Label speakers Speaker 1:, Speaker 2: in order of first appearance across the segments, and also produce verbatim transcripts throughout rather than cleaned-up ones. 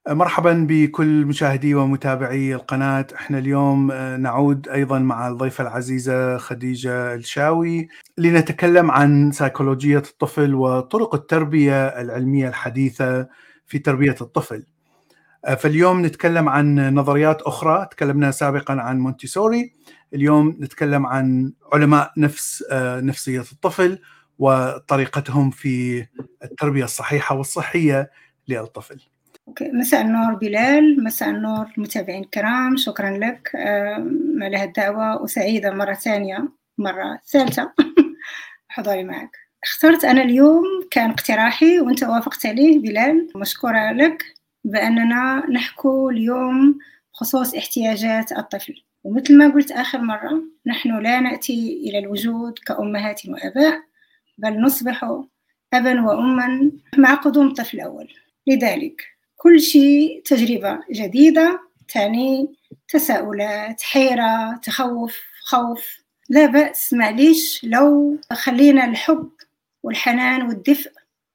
Speaker 1: مرحبا بكل مشاهدي ومتابعي القناة. احنا اليوم نعود أيضا مع الضيفة العزيزة خديجة الشاوي لنتكلم عن سيكولوجية الطفل وطرق التربية العلمية الحديثة في تربية الطفل. فاليوم نتكلم عن نظريات أخرى، تكلمنا سابقا عن مونتيسوري، اليوم نتكلم عن علماء نفس نفسية الطفل وطريقتهم في التربية الصحيحة والصحية للطفل.
Speaker 2: مساء النور بلال، مساء النور المتابعين الكرام، شكرا لك على الدعوة وسعيدة مرة ثانية مرة ثالثة حضوري معك. اخترت أنا اليوم كان اقتراحي وانت وافقت عليه بلال، مشكورة لك، بأننا نحكو اليوم خصوص احتياجات الطفل. ومثل ما قلت آخر مرة، نحن لا نأتي إلى الوجود كأمهات وآباء، بل نصبح أبا وأما مع قدوم الطفل الأول. لذلك كل شيء تجربة جديدة تعني تساؤلات، حيرة، تخوف، خوف. لا بأس، معليش لو خلينا الحب والحنان والدفء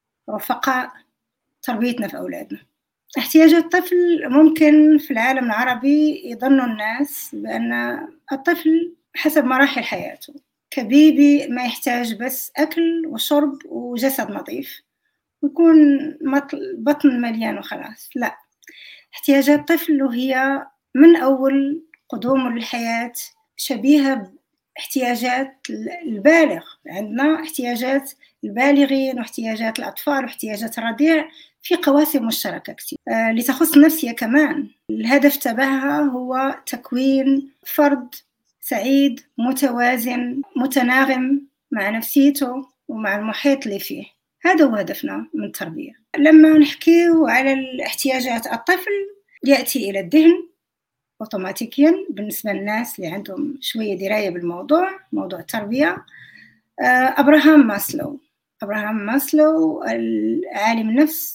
Speaker 2: رفقاء تربيتنا في أولادنا. احتياجات الطفل ممكن في العالم العربي يظن الناس بأن الطفل حسب مراحل حياته كبيبي ما يحتاج بس أكل وشرب وجسد نظيف ويكون بطن مليان وخلاص. لا، احتياجات الطفل هي من أول قدومه للحياة شبيهة باحتياجات البالغ. عندنا احتياجات البالغين واحتياجات الأطفال واحتياجات الرضيع في قواسم مشتركة كتير آه لتخص النفسية كمان. الهدف تبعها هو تكوين فرد سعيد متوازن متناغم مع نفسيته ومع المحيط اللي فيه. هذا هو هدفنا من التربية. لما نحكي على الاحتياجات الطفل يأتي إلى الذهن أوتوماتيكيا بالنسبة للناس اللي عندهم شوية دراية بالموضوع، موضوع التربية، أبراهام ماسلو. أبراهام ماسلو العالم النفس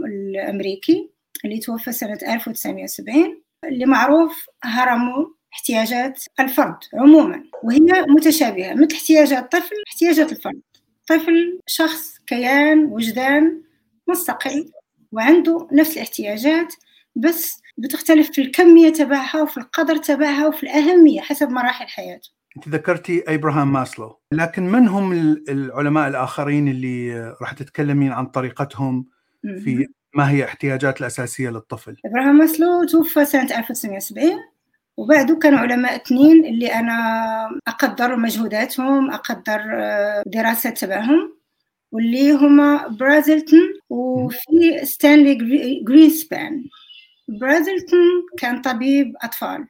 Speaker 2: الأمريكي اللي توفى سنة ألف وتسعمائة وسبعين، اللي معروف هرمه احتياجات الفرد عموما، وهي متشابهة مثل احتياجات الطفل احتياجات الفرد. طفل شخص كيان وجدان مستقل وعنده نفس الاحتياجات، بس بتختلف في الكمية تبعها وفي القدر تبعها وفي الأهمية حسب مراحل حياته.
Speaker 1: أنت ذكرتي إبراهام ماسلو، لكن من هم العلماء الآخرين اللي راح تتكلمين عن طريقتهم في ما هي احتياجات الأساسية للطفل؟
Speaker 2: إبراهام ماسلو توفى سنة ألف وتسعمائة وسبعين، وبعده كانوا علماء اثنين اللي أنا أقدر مجهوداتهم، أقدر دراسة تبعهم، واللي هما برازلتون وفي ستانلي جرينسبان. برازلتون كان طبيب أطفال،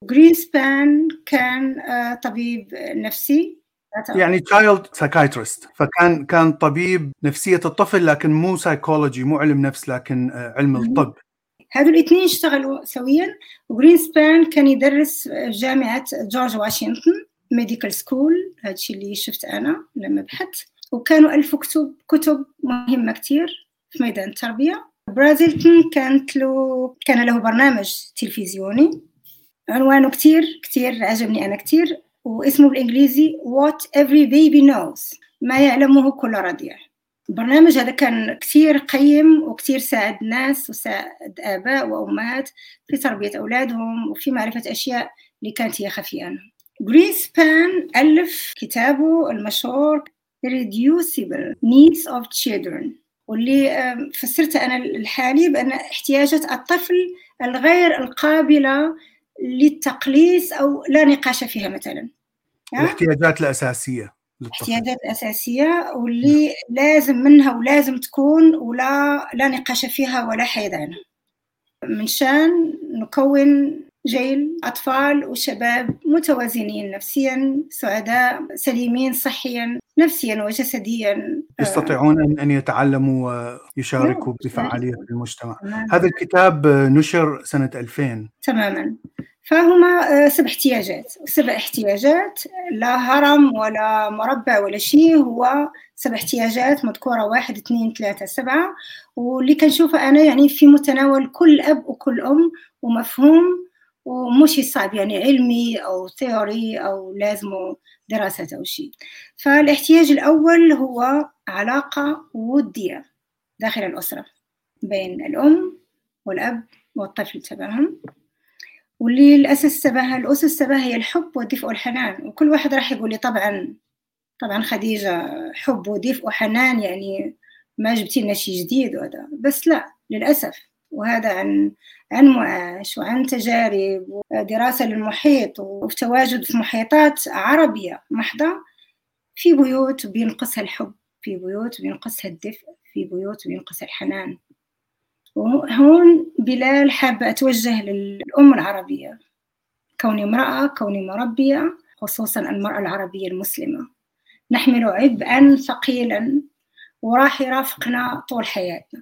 Speaker 2: جرينسبان كان طبيب نفسي،
Speaker 1: يعني child psychiatrist، فكان كان طبيب نفسية الطفل لكن مو سايكولوجي، مو علم نفس لكن علم الطب.
Speaker 2: هذول الاثنين اشتغلوا سويا. وجرينسبان كان يدرس في جامعة جورج واشنطن ميديكال سكول، هذا الشيء اللي شفت أنا لما بحثت، وكانوا ألفوا كتب كتب مهمة كتير في ميدان التربية. برازيلتون كانت له كان له برنامج تلفزيوني عنوانه كتير كتير عجبني أنا كتير، واسمه بالإنجليزي What Every Baby Knows، ما يعلمه كل رضيع. البرنامج هذا كان كتير قيم وكتير ساعد ناس وساعد آباء وأمهات في تربية أولادهم وفي معرفة أشياء اللي كانت هي خفية عنهم. جرينسبان ألف كتابه المشهور Irreducible Needs of Children، واللي فسرته أنا الحالي بأن احتياجات الطفل الغير القابلة للتقليص أو لا نقاش فيها. مثلا
Speaker 1: الاحتياجات الأساسية
Speaker 2: للطفل، الاحتياجات الأساسية واللي لازم منها ولازم تكون ولا لا نقاش فيها ولا حيد عنها، من شان نكون جيل أطفال وشباب متوازنين نفسيا، سعداء، سليمين صحيا نفسيا وجسديا،
Speaker 1: يستطيعون أن يتعلموا ويشاركوا بفعالية في المجتمع. هذا الكتاب نشر سنة ألفين
Speaker 2: تماما. فهما سبع احتياجات، سبع احتياجات، لا هرم ولا مربع ولا شيء، هو سبع احتياجات مذكورة، واحد اثنين ثلاثة سبعة، واللي كنشوفه أنا يعني في متناول كل أب وكل أم ومفهوم ومش صعب يعني علمي أو ثيوري أو لازمه دراسة أو شيء. فالاحتياج الأول هو علاقة ودية داخل الأسرة بين الأم والأب والطفل تبعهم، واللي الأساس تبعها الأسس تبعها هي الحب والدفء والحنان. وكل واحد راح يقول لي طبعا طبعا خديجة حب ودفء وحنان يعني ما جبتي لنا شيء جديد وهذا، بس لا للأسف، وهذا عن عن معاش وعن تجارب ودراسة للمحيط وتواجد في محيطات عربية محضة. في بيوت بينقصها الحب، في بيوت بينقصها الدفء، في بيوت بينقصها الحنان. وهون بلال حابة أتوجه للأم العربية، كوني امرأة، كوني مربية، خصوصا المرأة العربية المسلمة، نحمل عبئا ثقيلا وراح يرافقنا طول حياتنا.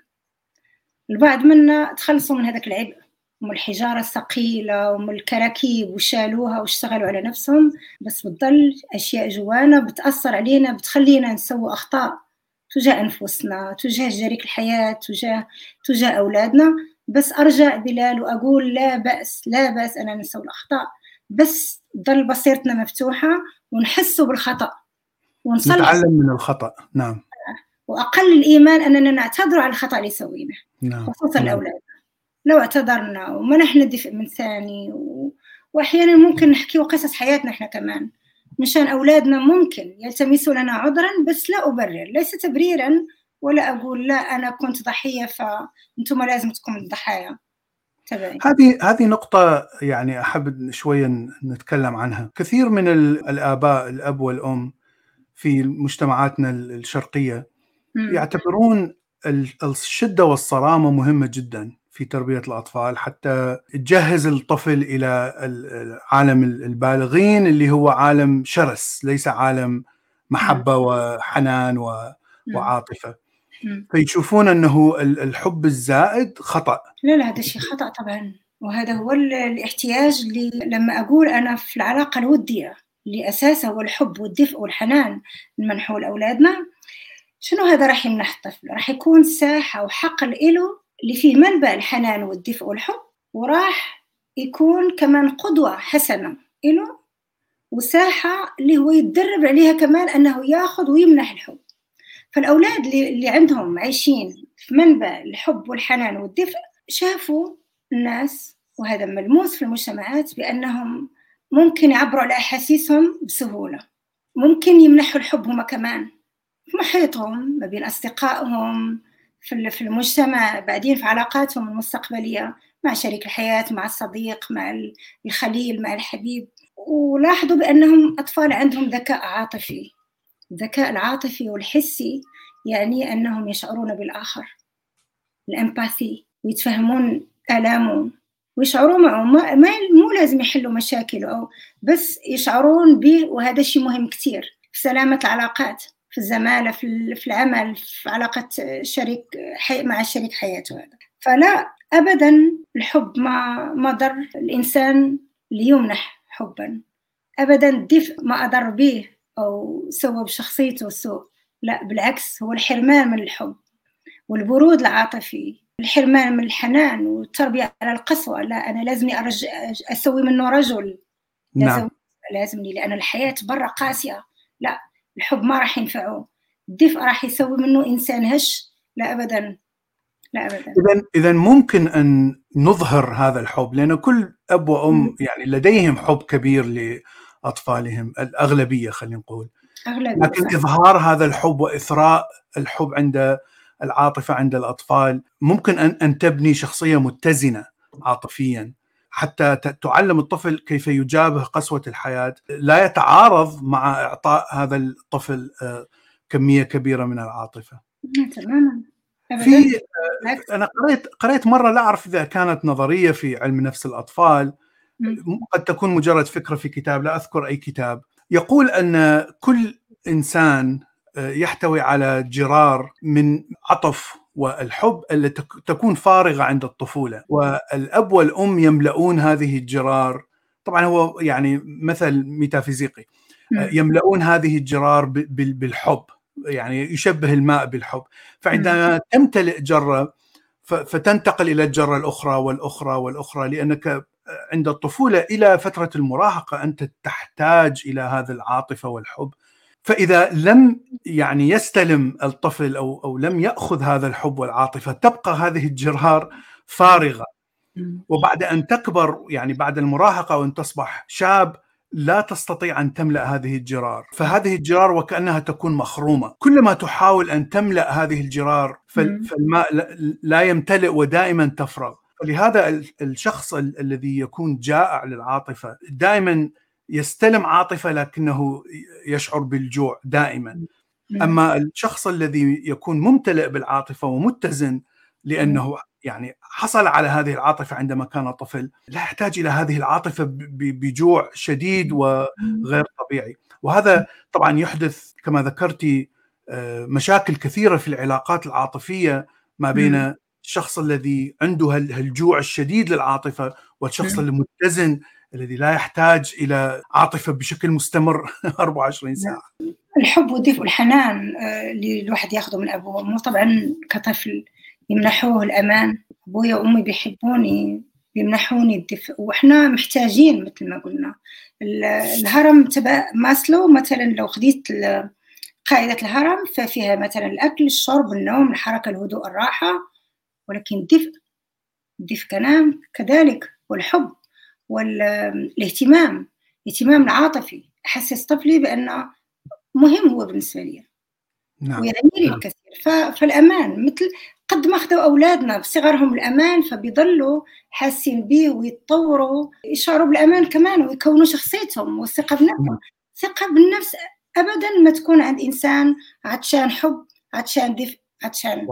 Speaker 2: البعض منا تخلصوا من هذاك العبء ومن الحجارة الثقيلة ومن الكراكيب وشالوها واشتغلوا على نفسهم، بس بتضل أشياء جوانا بتأثر علينا، بتخلينا نسوي أخطاء تجاه أنفسنا، تجاه شريك الحياة، تجاه تجاه أولادنا. بس أرجع بلال وأقول لا بأس، لا بأس أنا نسوي الأخطاء، بس ضل بصيرتنا مفتوحة ونحسوا بالخطأ ونصلح،
Speaker 1: نتعلم من الخطأ. نعم.
Speaker 2: وأقل الإيمان أننا نعتذر على الخطأ اللي سويناه.
Speaker 1: نعم.
Speaker 2: خصوصا
Speaker 1: نعم.
Speaker 2: الأولاد، لو اعتذرنا ومنحنا دفء من ثاني و... وأحيانا ممكن نحكي قصص حياتنا إحنا كمان مشان أولادنا ممكن يلتمسوا لنا عذرا، بس لا أبرر، ليس تبريرا، ولا أقول لا أنا كنت ضحية فأنتم لازم تكونوا الضحايا. تبعي
Speaker 1: هذه هذه نقطة يعني أحب شوية نتكلم عنها. كثير من الآباء الأب والأم في مجتمعاتنا الشرقية
Speaker 2: مم.
Speaker 1: يعتبرون الشدة والصرامة مهمة جدا في تربية الأطفال، حتى تجهز الطفل إلى عالم البالغين اللي هو عالم شرس، ليس عالم محبة وحنان وعاطفة. فيشوفون أنه الحب الزائد خطأ.
Speaker 2: لا لا هذا شيء خطأ طبعا، وهذا هو الاحتياج اللي لما أقول أنا في العلاقة الودية اللي أساسها هو الحب والدفء والحنان نمنحه لأولادنا. شنو هذا راح يمنح الطفل؟ راح يكون ساحة وحقل إله اللي فيه منبع الحنان والدفء والحب، وراح يكون كمان قدوة حسنة إله، وساحة اللي هو يتدرب عليها كمان أنه ياخذ ويمنح الحب. فالأولاد اللي عندهم عايشين في منبع الحب والحنان والدفء شافوا الناس، وهذا ملموس في المجتمعات، بأنهم ممكن يعبروا على أحاسيسهم بسهولة، ممكن يمنحوا الحب هم كمان في محيطهم، ما بين أصدقائهم، في المجتمع، بعدين في علاقاتهم المستقبلية مع شريك الحياة، مع الصديق، مع الخليل، مع الحبيب. ولاحظوا بأنهم أطفال عندهم ذكاء عاطفي. الذكاء العاطفي والحسي يعني أنهم يشعرون بالآخر، الإمباثي، ويتفهمون آلامه ويشعرون معه، ما مو لازم يحلوا مشاكله أو بس يشعرون به. وهذا شيء مهم كتير في سلامة العلاقات، في الزمالة، في العمل، في علاقة شريك حي مع شريك حياته. هذا فلا أبدا الحب ما ما ضر الإنسان اللي يمنح حبا أبدا. الدفء ما أضر به أو سوى بشخصيته سوء، لا بالعكس، هو الحرمان من الحب والبرود العاطفي، الحرمان من الحنان والتربية على القسوة. لا أنا لازمني أرج... أسوي منه رجل،
Speaker 1: نعم.
Speaker 2: لازمني لأن الحياة برا قاسية. لا الحب ما راح ينفعه، الدفء راح يسوي منه إنسان هش. لا أبدا، لا أبدا.
Speaker 1: إذن إذن ممكن أن نظهر هذا الحب، لأن كل أب وأم يعني لديهم حب كبير لأطفالهم، الأغلبية خلينا نقول،
Speaker 2: أغلبية
Speaker 1: لكن
Speaker 2: صح.
Speaker 1: إظهار هذا الحب وإثراء الحب عند العاطفة عند الأطفال ممكن أن أن تبني شخصية متزنة عاطفيا، حتى تعلم الطفل كيف يجابه قسوة الحياة، لا يتعارض مع إعطاء هذا الطفل كمية كبيرة من العاطفة.
Speaker 2: تماما.
Speaker 1: في أنا قرأت قرأت مرة، لا أعرف إذا كانت نظرية في علم نفس الأطفال، قد تكون مجرد فكرة في كتاب، لا أذكر أي كتاب، يقول أن كل إنسان يحتوي على جرار من عطف والحب التي تكون فارغة عند الطفولة، والأب والأم يملؤون هذه الجرار. طبعا هو يعني مثل ميتافيزيقي، يملؤون هذه الجرار بالحب، يعني يشبه الماء بالحب. فعندما تمتلئ جرة فتنتقل إلى الجرة الأخرى والأخرى والأخرى، لأنك عند الطفولة إلى فترة المراهقة أنت تحتاج إلى هذا العاطفة والحب. فإذا لم يعني يستلم الطفل أو أو لم يأخذ هذا الحب والعاطفة، تبقى هذه الجرار فارغة. وبعد أن تكبر، يعني بعد المراهقة وأن تصبح شاب، لا تستطيع أن تملأ هذه الجرار، فهذه الجرار وكأنها تكون مخرومة. كلما تحاول أن تملأ هذه الجرار فالماء لا يمتلئ ودائما تفرغ. فلهذا الشخص الذي يكون جائع للعاطفة دائما يستلم عاطفة لكنه يشعر بالجوع دائما. أما الشخص الذي يكون ممتلئ بالعاطفة ومتزن لأنه يعني حصل على هذه العاطفة عندما كان طفل، لا يحتاج إلى هذه العاطفة بجوع شديد وغير طبيعي. وهذا طبعا يحدث كما ذكرتي مشاكل كثيرة في العلاقات العاطفية ما بين الشخص الذي عنده الجوع الشديد للعاطفة والشخص المتزن الذي لا يحتاج إلى عاطفة بشكل مستمر أربعة وعشرين ساعة.
Speaker 2: الحب والدفء والحنان اللي الواحد ياخده من أبوه وأمه، طبعا كطفل يمنحوه الأمان. أبويا وأمي بيحبوني، بيمنحوني الدفء، وإحنا محتاجين مثل ما قلنا. الهرم تبع ماسلو مثلا، لو خديت قاعدة الهرم ففيها مثلا الأكل، الشرب، النوم، الحركة، الهدوء، الراحة، ولكن الدفء الدفء كلام كذلك، والحب والاهتمام، الاهتمام العاطفي. أحسس طفلي بأنه مهم هو بالنسبة لي. نعم. ويعني لي الكثير. فالأمان، مثل قد ما أخذوا أولادنا بصغرهم الأمان فبيضلوا حاسين به ويتطوروا، يشعروا بالأمان كمان ويكونوا شخصيتهم والثقة بنفسهم. ثقة بالنفس أبدا ما تكون عند إنسان عطشان حب، عطشان دفء، عطشان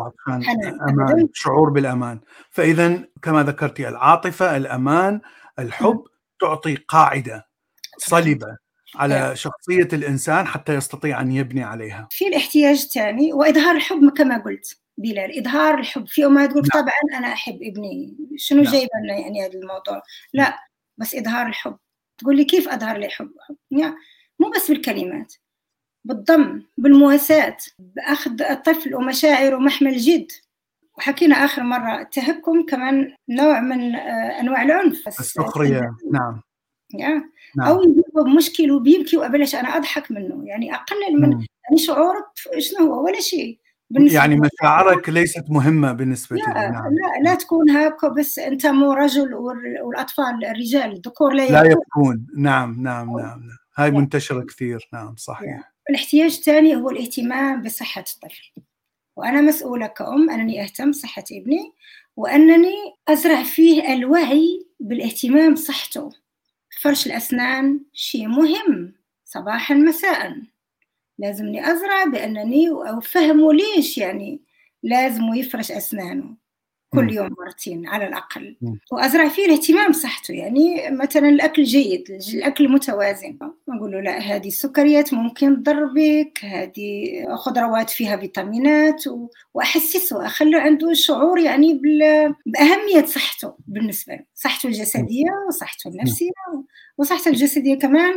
Speaker 1: أمان، شعور بالأمان. فإذا كما ذكرتي العاطفة، الأمان، الحب م. تعطي قاعدة صلبة على شخصية الإنسان حتى يستطيع أن يبني عليها.
Speaker 2: في الاحتياج الثاني وإظهار الحب كما قلت بلال، إظهار الحب. في ما تقول نعم. طبعا أنا أحب ابني، شنو نعم. جايب لنا يعني هذا الموضوع؟ لا، بس إظهار الحب. تقول لي كيف أظهر لي حب؟ يعني مو بس بالكلمات، بالضم، بالمواساة، بأخذ الطفل ومشاعره محمل جد. وحكينا آخر مرة التهكم كمان نوع من أنواع العنف،
Speaker 1: السخرية. نعم.
Speaker 2: نعم. أو يجيبه بمشكل وبيبكي وأبلش أنا أضحك منه، يعني أقلل من م. يعني شعورك شنو هو ولا شيء.
Speaker 1: يعني مشاعرك ليست مهمة بالنسبة
Speaker 2: لا
Speaker 1: لي. نعم.
Speaker 2: لا, لا تكون هاكو، بس أنت مو رجل والأطفال الرجال الذكور لا,
Speaker 1: لا يبكون. نعم نعم نعم هاي يعني. منتشرة كثير. نعم صحيح. يعني.
Speaker 2: الاحتياج الثاني هو الاهتمام بصحة الطفل، وأنا مسؤولة كأم أنني أهتم بصحة ابني، وأنني أزرع فيه الوعي بالاهتمام بصحته. فرش الأسنان شيء مهم صباحا مساء، لازمني أزرع بأنني أفهمه ليش يعني لازم يفرش أسنانه كل يوم مرتين على الأقل، وأزرع فيه الاهتمام بصحته. يعني مثلا الأكل جيد، الأكل متوازن، أقول له لا هذه السكريات ممكن تضربك، هذه خضروات فيها فيتامينات، وأحسسه أخلي عنده شعور يعني بأهمية صحته بالنسبة له، صحته الجسدية وصحته النفسية وصحته الجسدية كمان.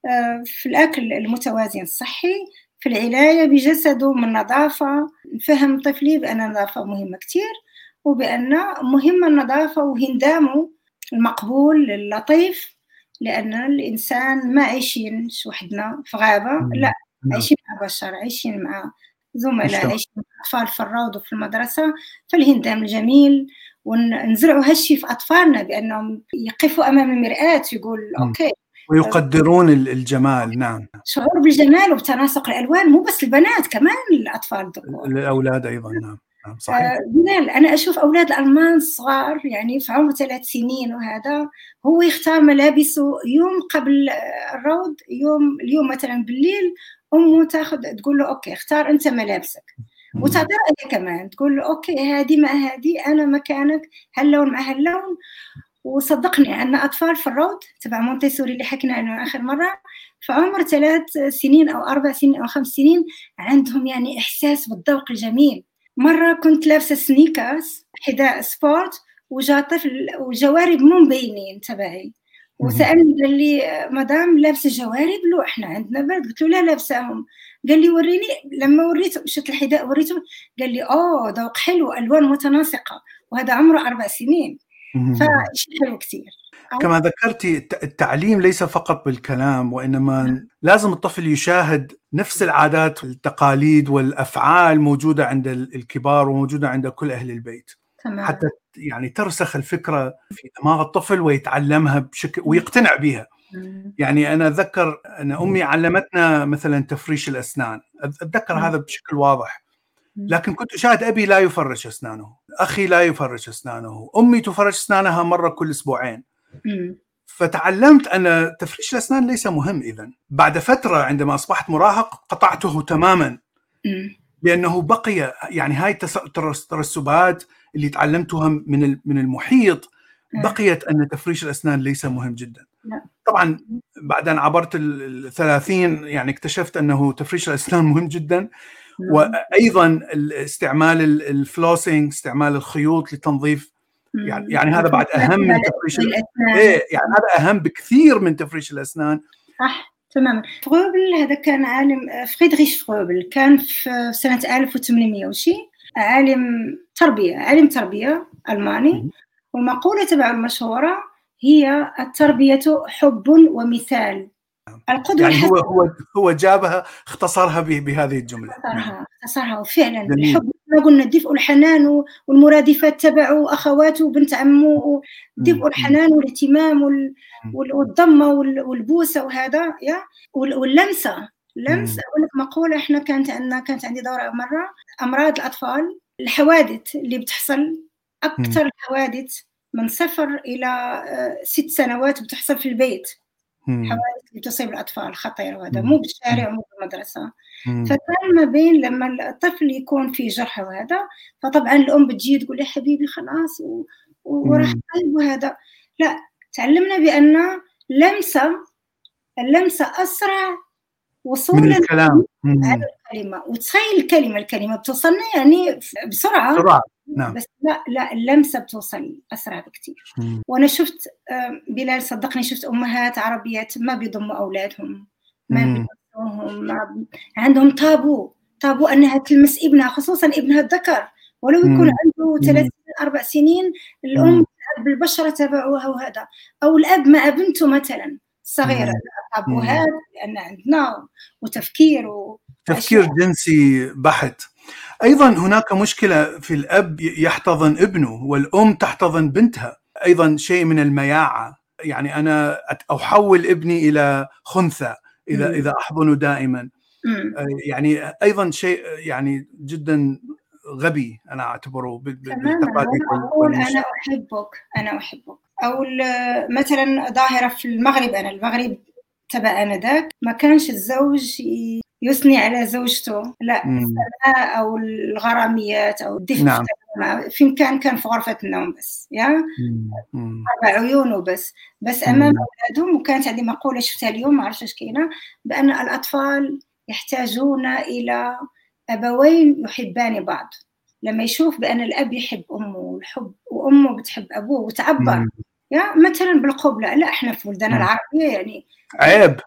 Speaker 2: في الأكل المتوازن الصحي، في العناية بجسده من نظافة. فهم طفلي بأن النظافة مهمة كتير، وبأن مهمة النظافة وهندامه المقبول اللطيف، لأن الإنسان ما عايشين وحدنا في غابة، لا عايشين مع بشر، عايشين مع زملاء، عايشين مع أطفال في الروض وفي المدرسة. فالهندام الجميل ونزرعوا هالشي في أطفالنا بأنهم يقفوا أمام المرآة يقول أوكي،
Speaker 1: ويقدرون الجمال. نعم،
Speaker 2: شعور بالجمال وبتناسق الألوان، مو بس البنات كمان الأطفال الذكور،
Speaker 1: الأولاد أيضا. نعم نعم صحيح.
Speaker 2: بلال أنا أشوف أولاد الألمان الصغار يعني في عمر ثلاث سنين وهذا هو يختار ملابسه يوم قبل الروض، يوم اليوم مثلا بالليل أمه تاخذ تقول له أوكي اختار أنت ملابسك، وتعطيه كمان تقول له أوكي هذه مع هذه، أنا مكانك هاللون مع هاللون. وصدقني عندنا أطفال في الروض تبع مونتيسوري اللي حكينا عنه آخر مرة، في عمر ثلاث سنين أو أربع سنين أو خمس سنين عندهم يعني إحساس بالذوق الجميل. مرة كنت لابسة سنيكرز حذاء سبورت وجاء طفل وجوارب مو مبينين تبعي، وسألني قال لي مدام لابسة جوارب؟ لو إحنا عندنا برد. قلت له لا لابساهم. قال لي وريني. لما وريته مشت الحذاء وريته قال لي أوه ذوق حلو، ألوان متناسقة، وهذا عمره أربع سنين. فشيء حلو كتير.
Speaker 1: كما ذكرتي التعليم ليس فقط بالكلام، وإنما لازم الطفل يشاهد نفس العادات والتقاليد والأفعال موجودة عند الكبار وموجودة عند كل أهل البيت.
Speaker 2: تمام.
Speaker 1: حتى يعني ترسخ الفكرة في دماغ الطفل ويتعلمها بشكل ويقتنع بها. يعني أنا أتذكر أن أمي علمتنا مثلا تفريش الأسنان، أتذكر هذا بشكل واضح، لكن كنت أشاهد أبي لا يفرش أسنانه، أخي لا يفرش أسنانه، أمي تفرش أسنانها مرة كل أسبوعين. فتعلمت أن تفريش الأسنان ليس مهم. إذن بعد فترة عندما أصبحت مراهق قطعته تماما، لأنه بقي يعني هاي الترسبات اللي تعلمتها من من المحيط بقيت أن تفريش الأسنان ليس مهم جدا. طبعا بعد أن عبرت الثلاثين يعني اكتشفت أنه تفريش الأسنان مهم جدا، وأيضا استعمال الفلوسينج، استعمال الخيوط لتنظيف، يعني, يعني هذا بعد أهم من تفريش الأسنان. إيه يعني هذا أهم بكثير من تفريش الأسنان.
Speaker 2: صح تماما. فروبل هذا كان عالم، فريدريش فروبل، كان في سنة ألف وثمانمائة وشي، عالم تربية عالم تربية ألماني، والمقولة تبعه المشهورة هي التربية حب ومثال.
Speaker 1: القدوة يعني هو هو هو جابها اختصرها بهذه الجملة.
Speaker 2: اختصرها اختصرها وفعلا الحب ما قلنا الدفء والحنان والمرادفات تبعه أخواته وبنت عمه، الدفء والحنان والاهتمام والضمة والبوسة وهذا يا واللمسة. لمسة أقول لك مقولة، إحنا كانت عندنا كانت عندي دورة مرة أمراض الأطفال، الحوادث اللي بتحصل أكثر الحوادث من صفر إلى ست سنوات بتحصل في البيت، حوادث اللي تصيب الأطفال خطيرة، وهذا مو بالشارع مو بالمدرسة. فكان ما بين لما الطفل يكون في جرح وهذا، فطبعا الأم بتجي تقول يا حبيبي خلاص وراح طيب وهذا، لا تعلمنا بأن لمسة اللمسة أسرع وصولا
Speaker 1: من الكلام
Speaker 2: على الكلمة، وتخيل الكلمة الكلمة بتوصلنا يعني بسرعة
Speaker 1: بسرعة. نعم.
Speaker 2: بس لا لا اللمسة بتوصل أسرع بكتير. وأنا شفت بلال صدقني شفت أمهات عربيات ما بيضموا أولادهم، ما بيضموهم، ما عندهم تابو تابو أنها تلمس ابنها، خصوصا ابنها الذكر ولو يكون مم. عنده ثلاث سنين أربع سنين، الأم بالبشرة تبعها وهذا، أو الأب مع بنته مثلا صغيرة، تابوهات لأن عندنا وتفكير و...
Speaker 1: تفكير جنسي بحت. أيضا هناك مشكلة في الأب يحتضن ابنه والأم تحتضن بنتها، أيضا شيء من المياعة. يعني أنا أحول ابني إلى خنثى إذا إذا أحضنه دائما. يعني أيضا شيء يعني جدا غبي أنا أعتبره بالتقاليد.
Speaker 2: أقول أنا أحبك أنا أحبك أو مثلا ظاهرة في المغرب، أنا المغرب تبع أنا ذاك ما كانش الزوج يثني على زوجته، لا الثناء أو الغراميات أو الدفء.
Speaker 1: نعم.
Speaker 2: فين كان كان في غرفة النوم بس يا أربع عيونه بس بس أمام أولادهم. وكانت عندي مقولة شفتها اليوم ما أعرفش إيش كاينة، بأن الأطفال يحتاجون إلى أبوين يحبان بعض. لما يشوف بأن الأب يحب أمه والحب وأمه بتحب أبوه وتعبر يا مثلا بالقبلة، لا إحنا في بلدان العربية يعني
Speaker 1: عيب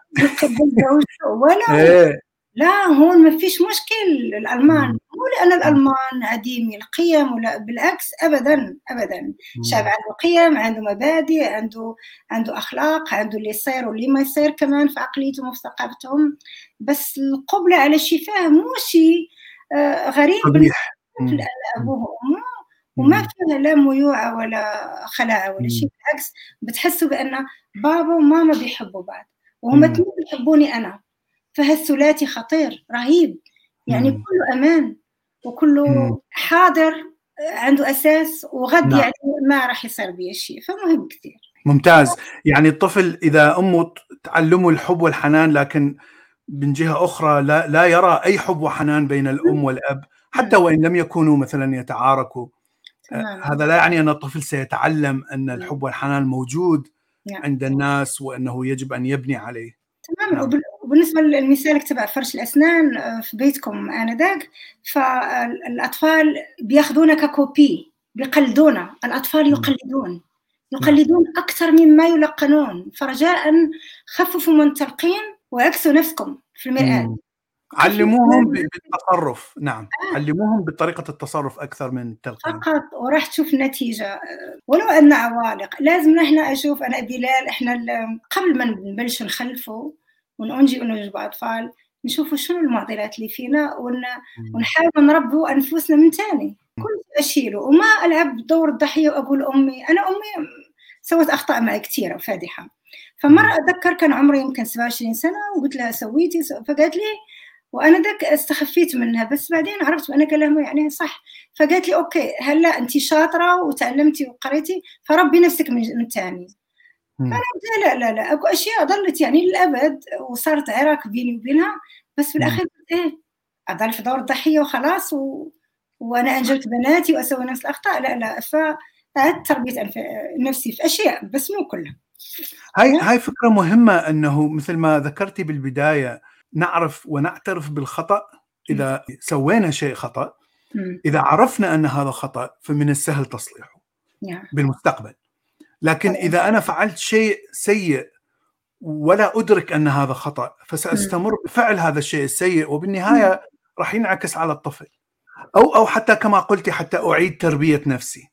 Speaker 2: ولا لا هون ما فيش مشكل. الألمان مو لأن الألمان عديمي القيم، ولا بالعكس أبدا أبدا، شعب عنده قيم، عنده مبادئ، عنده عنده أخلاق، عنده اللي يصير واللي ما يصير كمان في عقليتهم وفي ثقافتهم. بس القبلة على الشفاه مو شيء آه غريب في أبوه وأمه، وما فيها لا ميوعة ولا خلاعة ولا شيء، بالعكس بتحسوا بأن بابا وماما بيحبوا بعض وهم اثنين بيحبوني أنا، فهالثلاثي خطير رهيب يعني. مم. كله أمان وكله مم. حاضر عنده أساس، وغد نعم. يعني ما راح يصير بيه شيء، فمهم كثير.
Speaker 1: ممتاز. يعني الطفل إذا أمه تعلمه الحب والحنان، لكن من جهة أخرى لا, لا يرى أي حب وحنان بين الأم والأب حتى وإن لم يكونوا مثلا يتعاركوا، هذا لا يعني أن الطفل سيتعلم أن الحب والحنان موجود نعم. عند الناس وأنه يجب أن يبني عليه.
Speaker 2: تمام. نعم. وبالنسبة للمثال تبع فرش الأسنان في بيتكم آنذاك، فالأطفال بياخذونا ككوبي، بيقلدونا. الأطفال يقلدون يقلدون أكثر مما يلقنون، فرجاء خففوا من التلقين وعكسوا نفسكم في المرآة.
Speaker 1: علموهم بالتصرف. نعم آه. علموهم بطريقة التصرف أكثر من التلقين
Speaker 2: فقط، وراح تشوف نتيجة. ولو أن عوالق لازم نحن أشوف أنا بلال، إحنا قبل ما نبلش نخلفه وننجي ونجيب أطفال نشوفوا شنو المعضلات اللي فينا ون... ونحاول نربوا أنفسنا من تاني. كل شيء أشيله وما ألعب دور الضحية وأقول أمي. أنا أمي سوت أخطاء معي كثيرة فادحة. فمرة أتذكر كان عمري يمكن سبعة وعشرين سنة وقلت لها سويتي، فقالت لي، وأنا ذاك استخفيت منها، بس بعدين عرفت أنا كلامها يعني صح. فقالت لي أوكي هلا أنت شاطرة وتعلمتي وقريتي فربي نفسك من, من تاني. فأنا قلت لا لا لا أكو أشياء ظلت يعني للأبد وصارت عراك بيني وبينها، بس في الأخير إيه أضل في دور الضحية وخلاص و... وأنا أنجبت بناتي وأسوي نفس الأخطاء. لا لا فأعدت تربية نفسي في أشياء بس مو كلها.
Speaker 1: هاي هاي فكرة مهمة، أنه مثل ما ذكرتي بالبداية نعرف ونعترف بالخطأ إذا سوينا شيء خطأ. إذا عرفنا أن هذا خطأ فمن السهل تصليحه بالمستقبل. لكن إذا أنا فعلت شيء سيء ولا أدرك أن هذا خطأ فسأستمر بفعل هذا الشيء السيء، وبالنهاية راح ينعكس على الطفل، أو أو حتى كما قلتي حتى أعيد تربية نفسي.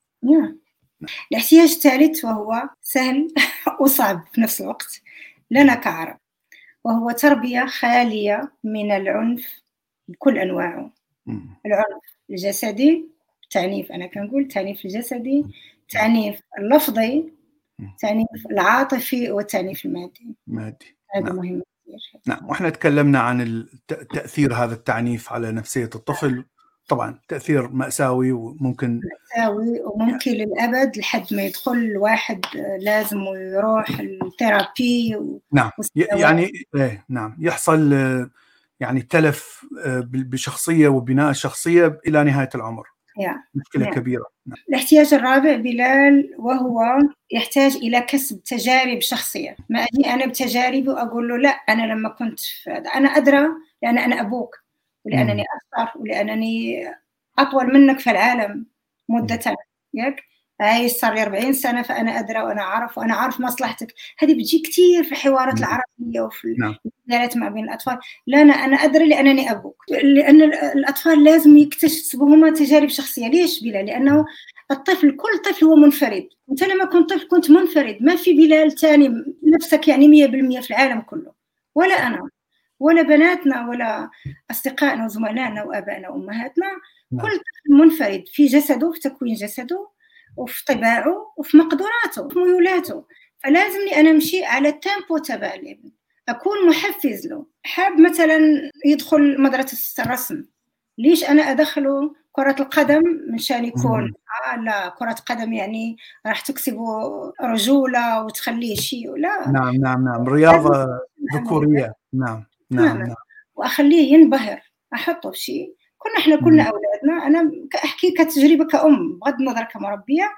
Speaker 2: الاحتياج الثالث وهو سهل وصعب في نفس الوقت لنا كعرب، وهو تربية خالية من العنف بكل أنواعه. مم. العنف الجسدي، تعنيف، أنا كنقول تعنيف الجسدي، تعنيف اللفظي، التعنيف العاطفي، والتعنيف المادي.
Speaker 1: مادي.
Speaker 2: هذا نعم. مهم كثير.
Speaker 1: نعم، واحنا تكلمنا عن تأثير هذا التعنيف على نفسية الطفل. طبعا تأثير مأساوي وممكن
Speaker 2: مأساوي وممكن يعني للأبد لحد ما يدخل الواحد لازم يروح الثيرابي و...
Speaker 1: نعم يعني ايه نعم يحصل يعني تلف بشخصية وبناء الشخصية إلى نهاية العمر.
Speaker 2: يعني.
Speaker 1: مشكلة يعني. كبيرة. نعم.
Speaker 2: الاحتياج الرابع بلال وهو يحتاج إلى كسب تجارب شخصية. ما أجي أنا بتجاربي وأقول له لا أنا لما كنت أنا أدرى لأن أنا أبوك ولأنني أكثر ولأنني أطول منك في العالم مدة ياك هاي صار لي أربعين سنة فأنا أدرى وأنا أعرف وأنا أعرف مصلحتك. هذه بتجي كتير في الحوارات العربية وفي الجدالات ما بين الأطفال. لا أنا أنا أدري لأنني أبوك. لأن الأطفال لازم يكتشفوا هما تجارب شخصية. ليش بلال؟ لأنه الطفل كل طفل هو منفرد. أنت لما كنت طفل كنت منفرد، ما في بلال تاني نفسك يعني مية بالمية في العالم كله، ولا أنا ولا بناتنا ولا أصدقائنا وزملائنا وآبائنا وأمهاتنا. كل طفل منفرد في جسده، في تكوين جسده، وفي طباعه، وفي مقدوراته، وفي ميولاته. فلازمني أنا أمشي على التيمبو تبع الابن، أكون محفز له. حاب مثلا يدخل مدرسة الرسم، ليش أنا أدخله كرة القدم منشان يكون آه لا كرة قدم يعني راح تكسبه رجولة وتخليه شيء؟ لا.
Speaker 1: نعم نعم نعم رياضة ذكورية. نعم نعم نعم
Speaker 2: وأخليه ينبهر، أحطه في شيء. كنا إحنا كلنا أولادنا، أنا أحكي كتجربة كأم بغض النظر كمربية،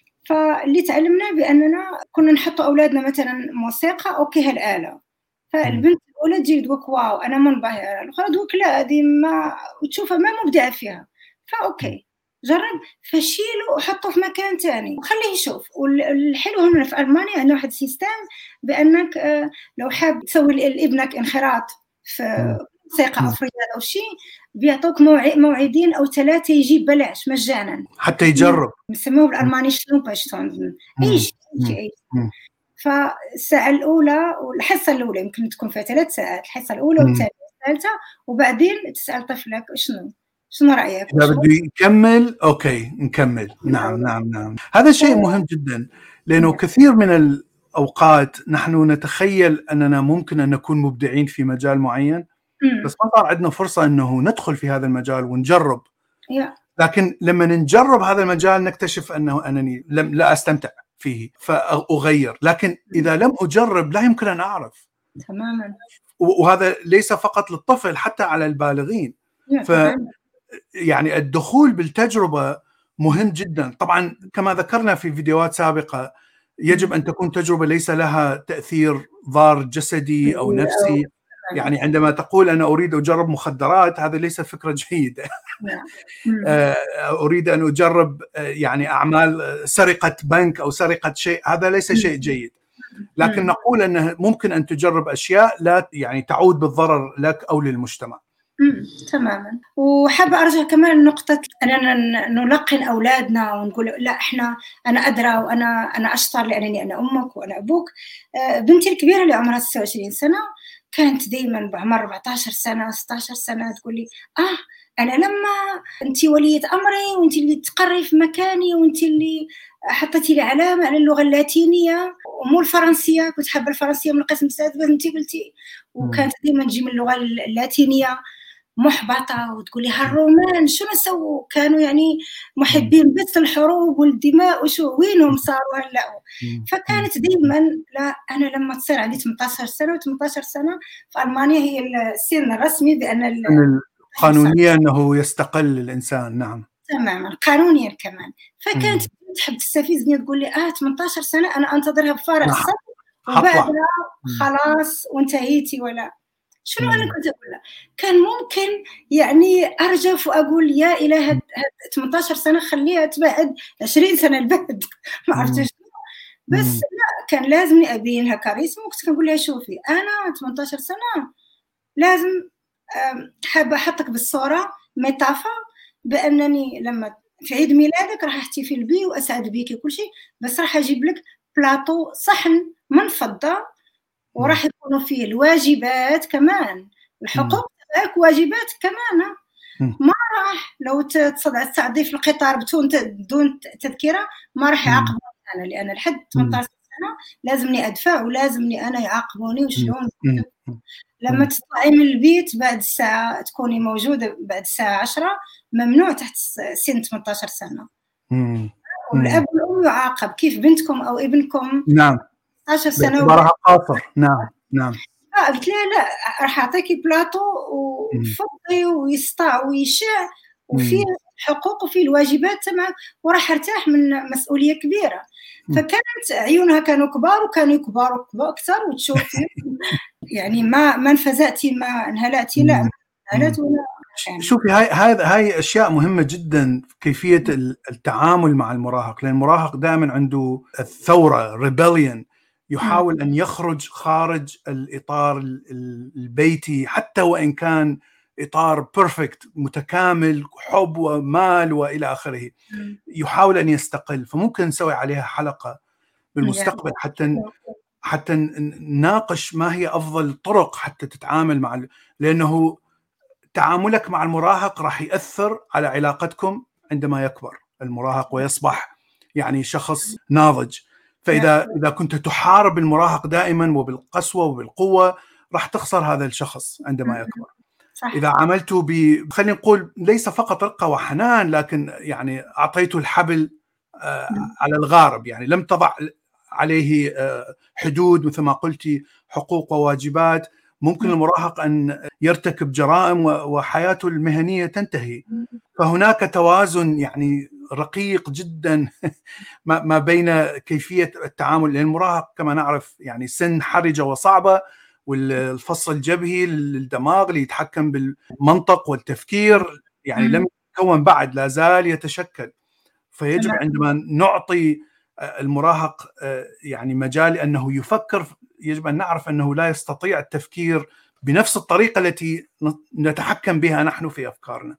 Speaker 2: فاللي تعلمنا بأننا كنا نحط أولادنا مثلا موسيقى أوكي هالآلة، فالبنت الأولى تجي دوك واو أنا منبهرة، الأخرى دوك لا هذه ما وتشوفها ما مبدعة فيها، فأوكي جرب فشيله وحطه في مكان تاني وخليه يشوف. والحلو هنا في ألمانيا عنده واحد سيستم بأنك لو حاب تسوي لابنك انخراط في موسيقى أو في رياضة أو شيء بيعطوك موعدين أو ثلاثة يجيب بلاش مجانا
Speaker 1: حتى يجرب.
Speaker 2: نسموه بالألماني شنوبشتون أي شيء أي شيء. فالساعة الأولى والحصة الأولى يمكن تكون فيها ثلاث ساعات، الحصة الأولى والثانية والثالثة، وبعدين تسأل طفلك شنو شنو رأيك؟
Speaker 1: إذا بده يكمل أوكي نكمل. نعم نعم نعم هذا شيء مهم جدا، لأنه كثير من الأوقات نحن نتخيل أننا ممكن أن نكون مبدعين في مجال معين، بس ما صار عندنا فرصة أنه ندخل في هذا المجال ونجرب. لكن لما نجرب هذا المجال نكتشف أنه أنني لم لا أستمتع فيه فأغير. لكن إذا لم أجرب لا يمكن أن أعرف
Speaker 2: تماما.
Speaker 1: وهذا ليس فقط للطفل حتى على البالغين. ف يعني الدخول بالتجربة مهم جدا. طبعا كما ذكرنا في فيديوهات سابقة يجب أن تكون تجربة ليس لها تأثير ضار جسدي أو نفسي. يعني عندما تقول أنا أريد أجرب مخدرات هذا ليس فكرة جيدة. أريد أن أجرب يعني أعمال سرقة بنك أو سرقة شيء، هذا ليس شيء جيد. لكن نقول أنه ممكن أن تجرب أشياء لا يعني تعود بالضرر لك أو للمجتمع.
Speaker 2: امم تماما. وحابة أرجع كمان نقطة أننا نلقن أولادنا ونقول لا إحنا أنا أدرى وأنا أنا أشطر لأنني أنا أمك وأنا أبوك. بنتي الكبيرة اللي عمرها ستة وعشرين سنة كانت دايما بعمر أربعة عشر سنة ستة عشر سنة تقول لي آه أنا لما أنت ولية أمري وأنت اللي تقري في مكاني وأنت اللي حطيتي لي علامة على اللغة اللاتينية ومو الفرنسية، كنت حابة الفرنسية من القسم السادس بس أنت قلتي، وكانت ديما تجي من اللغة اللاتينية محبطة وتقولي هالرومان شو نسووا، كانوا يعني محبين بس الحروب والدماء وشو وينهم صاروا هلا. فكانت ديما لا، أنا لما تصير عندي ثمانية عشر سنة و18 سنة في ألمانيا هي السن الرسمي بأن
Speaker 1: قانونيا أنه يستقل الإنسان. نعم
Speaker 2: تماما قانونيا كمان. فكانت تحب تستفزني وتقول لي اه ثمانية عشر سنة أنا أنتظرها بفارغ الصبر وبعدها خلاص وانتهيتي ولا شنو. مم. أنا كنت أقول له كان ممكن يعني أرجف وأقول يا إله ثمانية عشر سنة خليها تبعد عشرين سنة البعد ما عرفتش، بس مم. لا كان لازمني أبينها كاريزما. وكنت كنقول لها شوفي أنا ثمانية عشر سنة لازم حابة أحطك بالصورة ميتافا بأنني لما في عيد ميلادك راح أحتفل بيه وأسعد بيك وكل شيء، بس راح أجيب لك بلاطو صحن من فضة وراح يكونوا فيه الواجبات كمان، الحقوق تبعك واجبات كمان. ما راح لو تصعدي في القطار بدون بدون تذكرة ما راح يعاقبوني أنا، لأن لحد ثمانية عشر سنة لازمني أدفع ولازمني أنا يعاقبوني وشلون. لما تطلعي من البيت بعد الساعة تكوني موجودة بعد الساعة عشرة ممنوع تحت سن ثمانية عشر سنة. والأب والأم يعاقب كيف بنتكم أو ابنكم.
Speaker 1: نعم
Speaker 2: عشر سنة
Speaker 1: باعتبارها قاصر. نعم نعم.
Speaker 2: آه قلت لها لا راح أعطيكي بلاطو وفضي ويسطع ويشع وفيه حقوق وفيه الواجبات تمام وراح أرتاح من مسؤولية كبيرة. فكانت عيونها كانوا كبار وكانوا كبار أكثر وتشوفي يعني ما ما انفزعتي ما انهلعتي لا انهلعت ولا
Speaker 1: يعني. شوفي هاي هاي هاي اشياء مهمه جدا كيفيه التعامل مع المراهق، لان المراهق دائما عنده الثوره ريبليون، يحاول ان يخرج خارج الاطار البيتي حتى وان كان اطار بيرفكت متكامل حب ومال والى اخره، يحاول ان يستقل. فممكن نسوي عليها حلقه بالمستقبل حتى حتى نناقش ما هي أفضل الطرق حتى تتعامل مع ال... لأنه تعاملك مع المراهق راح يأثر على علاقتكم عندما يكبر المراهق ويصبح يعني شخص ناضج. فإذا إذا كنت تحارب المراهق دائما وبالقسوة وبالقوة راح تخسر هذا الشخص عندما يكبر. صح. إذا عملته ب خلينا نقول ليس فقط رقة وحنان، لكن يعني أعطيته الحبل آه على الغارب، يعني لم تضع عليه حدود مثل ما قلتي حقوق وواجبات، ممكن المراهق أن يرتكب جرائم وحياته المهنية تنتهي. فهناك توازن يعني رقيق جدا ما بين كيفية التعامل، لأن المراهق كما نعرف يعني سن حرجة وصعبة، والفص الجبهي للدماغ اللي يتحكم بالمنطق والتفكير يعني لم يتكون بعد، لا زال يتشكل. فيجب عندما نعطي المراهق يعني مجال أنه يفكر، يجب أن نعرف أنه لا يستطيع التفكير بنفس الطريقة التي نتحكم بها نحن في أفكارنا.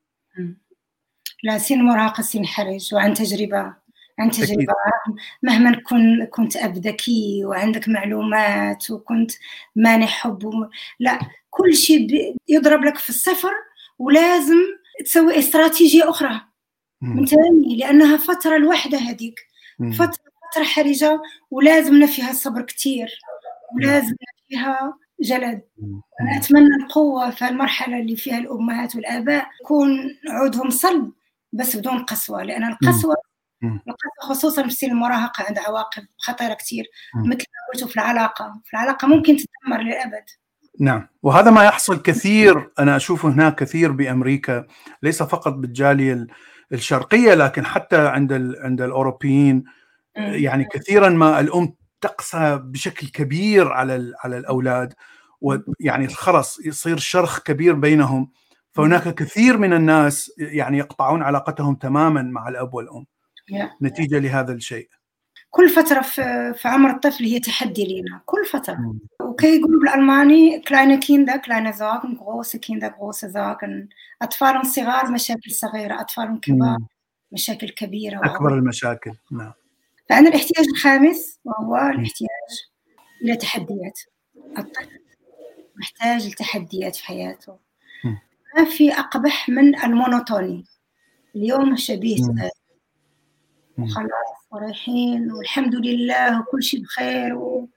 Speaker 2: لا سن المراهقة سن حرج وعن تجربة عن تجربة أكيد. مهما كن كنت أب ذكي وعندك معلومات وكنت مانع حب وم... لا كل شيء يضرب لك في الصفر ولازم تسوي استراتيجية أخرى من تاني، لأنها فترة الوحدة هذيك فترة فترة حرجة ولازمنا فيها صبر كتير ولازم فيها جلد. أنا أتمنى القوة في المرحلة اللي فيها الأمهات والآباء يكون عودهم صلب بس بدون قسوة، لأن القسوة القسوة خصوصا في سن المراهقة عند عواقب خطيرة كتير مثل ما قلتوا في العلاقة في العلاقة ممكن تدمر للأبد.
Speaker 1: نعم، وهذا ما يحصل كثير، أنا أشوفه هناك كثير بأمريكا، ليس فقط بالجالية الشرقية لكن حتى عند ال عند الأوروبيين. يعني كثيرا ما الأم تقسى بشكل كبير على على الأولاد، ويعني خلص يصير شرخ كبير بينهم. فهناك كثير من الناس يعني يقطعون علاقتهم تماما مع الأب والأم نتيجة لهذا الشيء.
Speaker 2: كل فترة في عمر الطفل هي تحدي لنا كل فترة. وكي يقولوا بالألماني kleine Kinder kleine Sorgen große Kinder große Sorgen. أطفال صغار مشاكل صغيرة، أطفال كبار مشاكل كبيرة
Speaker 1: أكبر المشاكل. نعم.
Speaker 2: فعندنا الاحتياج الخامس وهو الاحتياج إلى تحديات. الطفل محتاج لتحديات في حياته. ما في أقبح من المونوتوني. اليوم شبيه وخلاص ورايحين والحمد لله وكل شيء بخير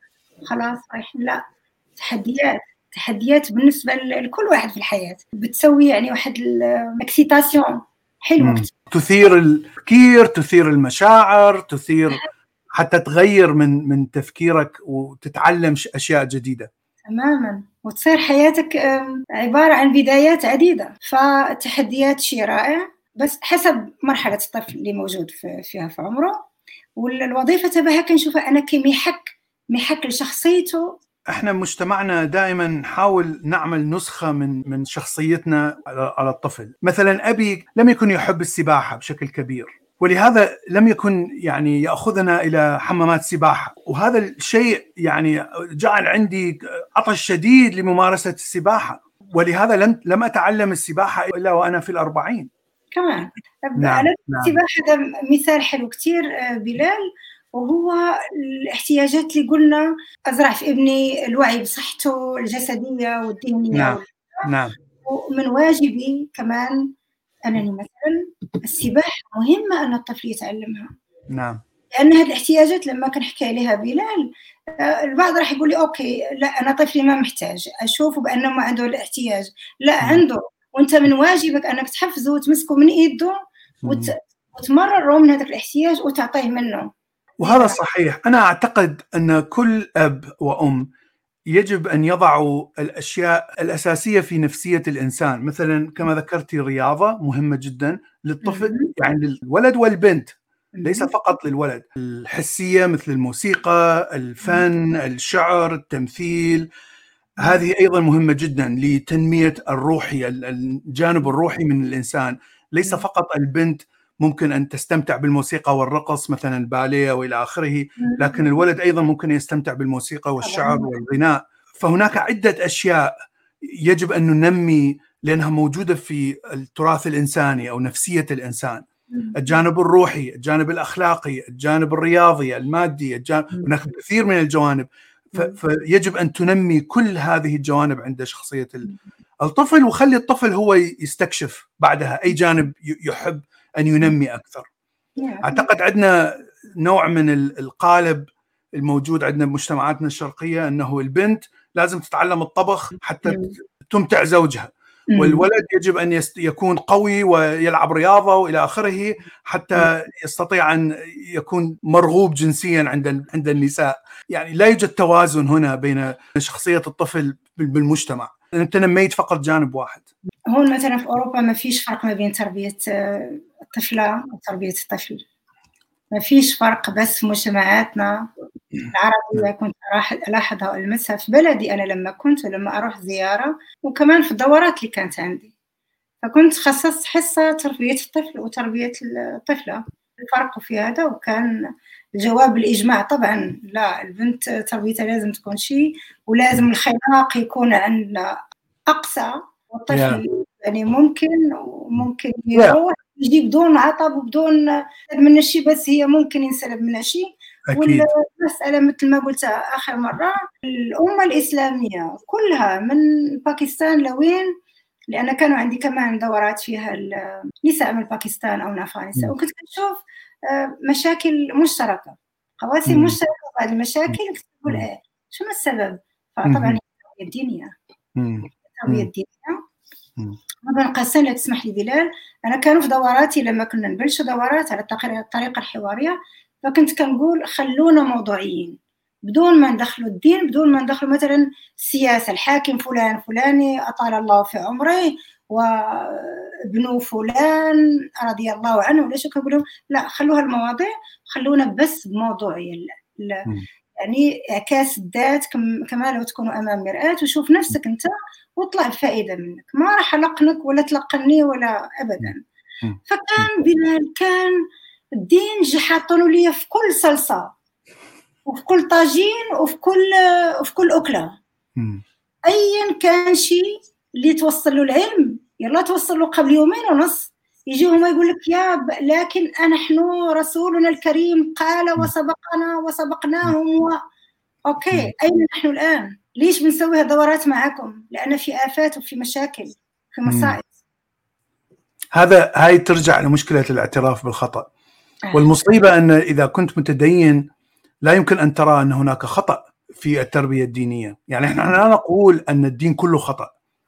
Speaker 2: وخلاص رايحين. لا، تحديات تحديات بالنسبة لكل واحد في الحياة، بتسوي يعني واحد الاكسيتاسيون حلوة،
Speaker 1: تثير التفكير، تثير المشاعر، تثير حتى تغير من من تفكيرك وتتعلم أشياء جديدة
Speaker 2: تماما، وتصير حياتك عبارة عن بدايات عديدة. فالتحديات شيء رائع، بس حسب مرحلة الطفل اللي موجود فيها في عمره. والوظيفة تبعها كنشوفها أنا كميحك ميحك لشخصيته.
Speaker 1: احنا مجتمعنا دائما نحاول نعمل نسخة من من شخصيتنا على الطفل. مثلا أبي لم يكن يحب السباحة بشكل كبير، ولهذا لم يكن يعني يأخذنا إلى حمامات سباحة، وهذا الشيء يعني جعل عندي عطش شديد لممارسة السباحة، ولهذا لم لم أتعلم السباحة إلا وأنا في الأربعين
Speaker 2: كمان. نعم. السباحة هذا مثال حلو كتير بلال، وهو الاحتياجات اللي قلنا أزرع في ابني الوعي بصحته الجسدية والذهنية.
Speaker 1: نعم. نعم.
Speaker 2: ومن واجبي كمان أنني مثلا السباحة مهمة أن الطفل يتعلمها.
Speaker 1: نعم.
Speaker 2: لأن هذه الاحتياجات لما كنحكي عليها بلال، البعض راح يقول لي أوكي لا أنا طفلي ما محتاج، أشوفه بأنه ما عنده الاحتياج. لا، عنده، وأنت من واجبك أنك تحفزه وتمسكه من إيده وت... وتمرره من هذا الاحتياج وتعطيه منه.
Speaker 1: وهذا صحيح. أنا أعتقد أن كل أب وأم يجب أن يضعوا الأشياء الأساسية في نفسية الإنسان. مثلا كما ذكرتي رياضة مهمة جدا للطفل، يعني للولد والبنت، ليس فقط للولد. الحسية مثل الموسيقى، الفن، الشعر، التمثيل، هذه أيضا مهمة جدا لتنمية الروحي، الجانب الروحي من الإنسان. ليس فقط البنت ممكن أن تستمتع بالموسيقى والرقص مثلا الباليه وإلى آخره، لكن الولد أيضا ممكن يستمتع بالموسيقى والشعر والغناء. فهناك عدة أشياء يجب أن ننمي لأنها موجودة في التراث الإنساني أو نفسية الإنسان. الجانب الروحي، الجانب الأخلاقي، الجانب الرياضي، المادي، الجانب... هناك كثير من الجوانب. ف... فيجب أن تنمي كل هذه الجوانب عند شخصية الطفل، وخلي الطفل هو يستكشف بعدها أي جانب يحب أن ينمي أكثر. أعتقد عندنا نوع من القالب الموجود عندنا بمجتمعاتنا الشرقية أنه البنت لازم تتعلم الطبخ حتى تمتع زوجها، والولد يجب أن يكون قوي ويلعب رياضة وإلى آخره حتى يستطيع أن يكون مرغوب جنسيا عند عند النساء. يعني لا يوجد توازن هنا بين شخصية الطفل بالمجتمع. أنت نميت فقط جانب واحد.
Speaker 2: هون مثلا في أوروبا ما فيش فرق ما بين تربية الطفلة وتربية الطفل، ما فيش فرق. بس في مجتمعاتنا العربية كنت ألاحظها وألمسها في بلدي أنا لما كنت ولما أروح زيارة، وكمان في الدورات اللي كانت عندي، فكنت خصصت حصة تربية الطفل وتربية الطفلة. الفرق في هذا، وكان الجواب الإجماع طبعا لا، البنت تربيتها لازم تكون شيء، ولازم الخلاق يكون عندنا أقصى، والطفل yeah. يعني ممكن وممكن يروح yeah. يجي بدون عطب وبدون من الشيء، بس هي ممكن ينسلب منها شيء. والمسألة مثل ما قلت آخر مرة، الأمة الإسلامية كلها من باكستان لوين، لأن كانوا عندي كمان دورات فيها النساء من باكستان أو من أفغانستان، وكنت أشوف مشاكل مشتركة، قواسم مشتركة. بعض المشاكل تقول إيه شو ما السبب؟ فطبعا هي الدينية، التربية الدينية. طبعا قاسين لا تسمح لي بلال، أنا كانوا في دوراتي لما كنا نبلش دورات على الطريقة الحوارية، فكنت كنقول خلونا موضوعيين بدون ما ندخلوا الدين، بدون ما ندخلوا مثلا السياسة، الحاكم فلان فلاني أطال الله في عمره وابنه فلان رضي الله عنه، ليش كنقولوا لا، خلوها المواضيع، خلونا بس بموضوعية. يعني إعكاس الذات كما لو تكونوا أمام مرآة وشوف نفسك أنت واطلع بفائدة منك، ما راح ألقنك ولا تلقني ولا أبدا. فكان بلال كان الدين جي حاطينه لي في كل صلصة وفي كل طاجين وفي كل وفي كل أكلة، أيا كان شيء اللي توصل له العلم يلا توصل له قبل يومين ونص يجي هما يقول لك يا ب... لكن نحن رسولنا الكريم قال وسبقنا وسبقناهم و... أوكي، أين نحن الآن؟ ليش بنسويها دورات معكم؟ لأن في آفات وفي مشاكل في مصائب.
Speaker 1: هذا هاي ترجع لمشكلة الاعتراف بالخطأ. والمصيبة أن إذا كنت متدين لا يمكن أن ترى أن هناك خطأ في التربية الدينية. يعني إحنا لا نقول أن الدين كله خطأ،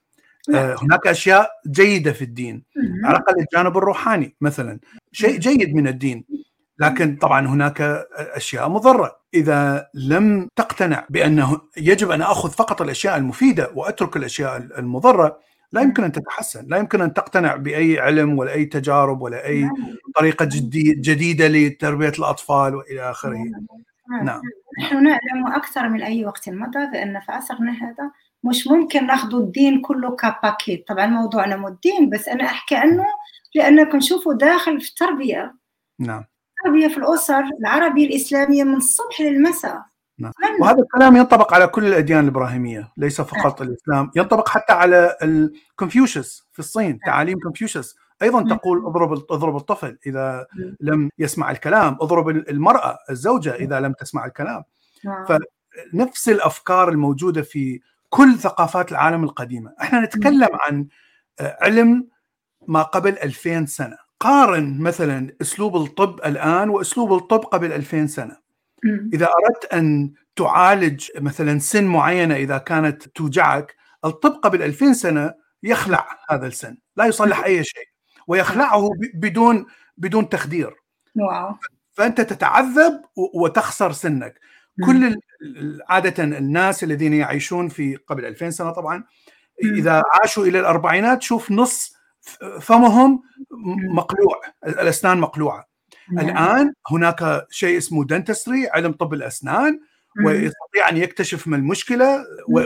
Speaker 1: آه هناك أشياء جيدة في الدين، على الأقل الجانب الروحاني مثلا شيء جيد من الدين، لكن طبعا هناك أشياء مضرة. إذا لم تقتنع بأنه يجب أن أخذ فقط الأشياء المفيدة وأترك الأشياء المضرة، لا يمكن أن تتحسن، لا يمكن أن تقتنع بأي علم ولا أي تجارب ولا أي طريقة جديدة لتربية الأطفال وإلى آخره.
Speaker 2: نعم. نحن نعلم أكثر من أي وقت مضى بأن في عصرنا هذا مش ممكن ناخذ الدين كله كباكيت. طبعا موضوعنا مو الدين، بس أنا أحكي عنه لأنكم نشوفوا داخل في التربية.
Speaker 1: نعم.
Speaker 2: التربية في الأسر العربية الإسلامية من الصبح للمساء.
Speaker 1: نعم. وهذا الكلام ينطبق على كل الأديان الإبراهيمية، ليس فقط نعم. الإسلام، ينطبق حتى على الكونفوشيوس في الصين. نعم. تعاليم كونفوشيوس أيضا نعم. تقول اضرب اضرب الطفل إذا نعم. لم يسمع الكلام، اضرب المرأة الزوجة إذا لم تسمع الكلام. نعم. فنفس الأفكار الموجودة في كل ثقافات العالم القديمة. احنا نتكلم نعم. عن علم ما قبل ألفين سنة. قارن مثلا أسلوب الطب الآن وأسلوب الطب قبل ألفين سنة. إذا أردت أن تعالج مثلا سن معينة إذا كانت توجعك، الطب قبل ألفين سنة يخلع هذا السن، لا يصلح أي شيء، ويخلعه بدون بدون تخدير.
Speaker 2: واو.
Speaker 1: فأنت تتعذب وتخسر سنك. كل عادة الناس الذين يعيشون في قبل ألفين سنة طبعا إذا عاشوا إلى الأربعينات شوف نص فمهم مقلوع، الأسنان مقلوعة. الآن هناك شيء اسمه دنتستري، علم طب الأسنان، ويستطيع أن يكتشف ما المشكلة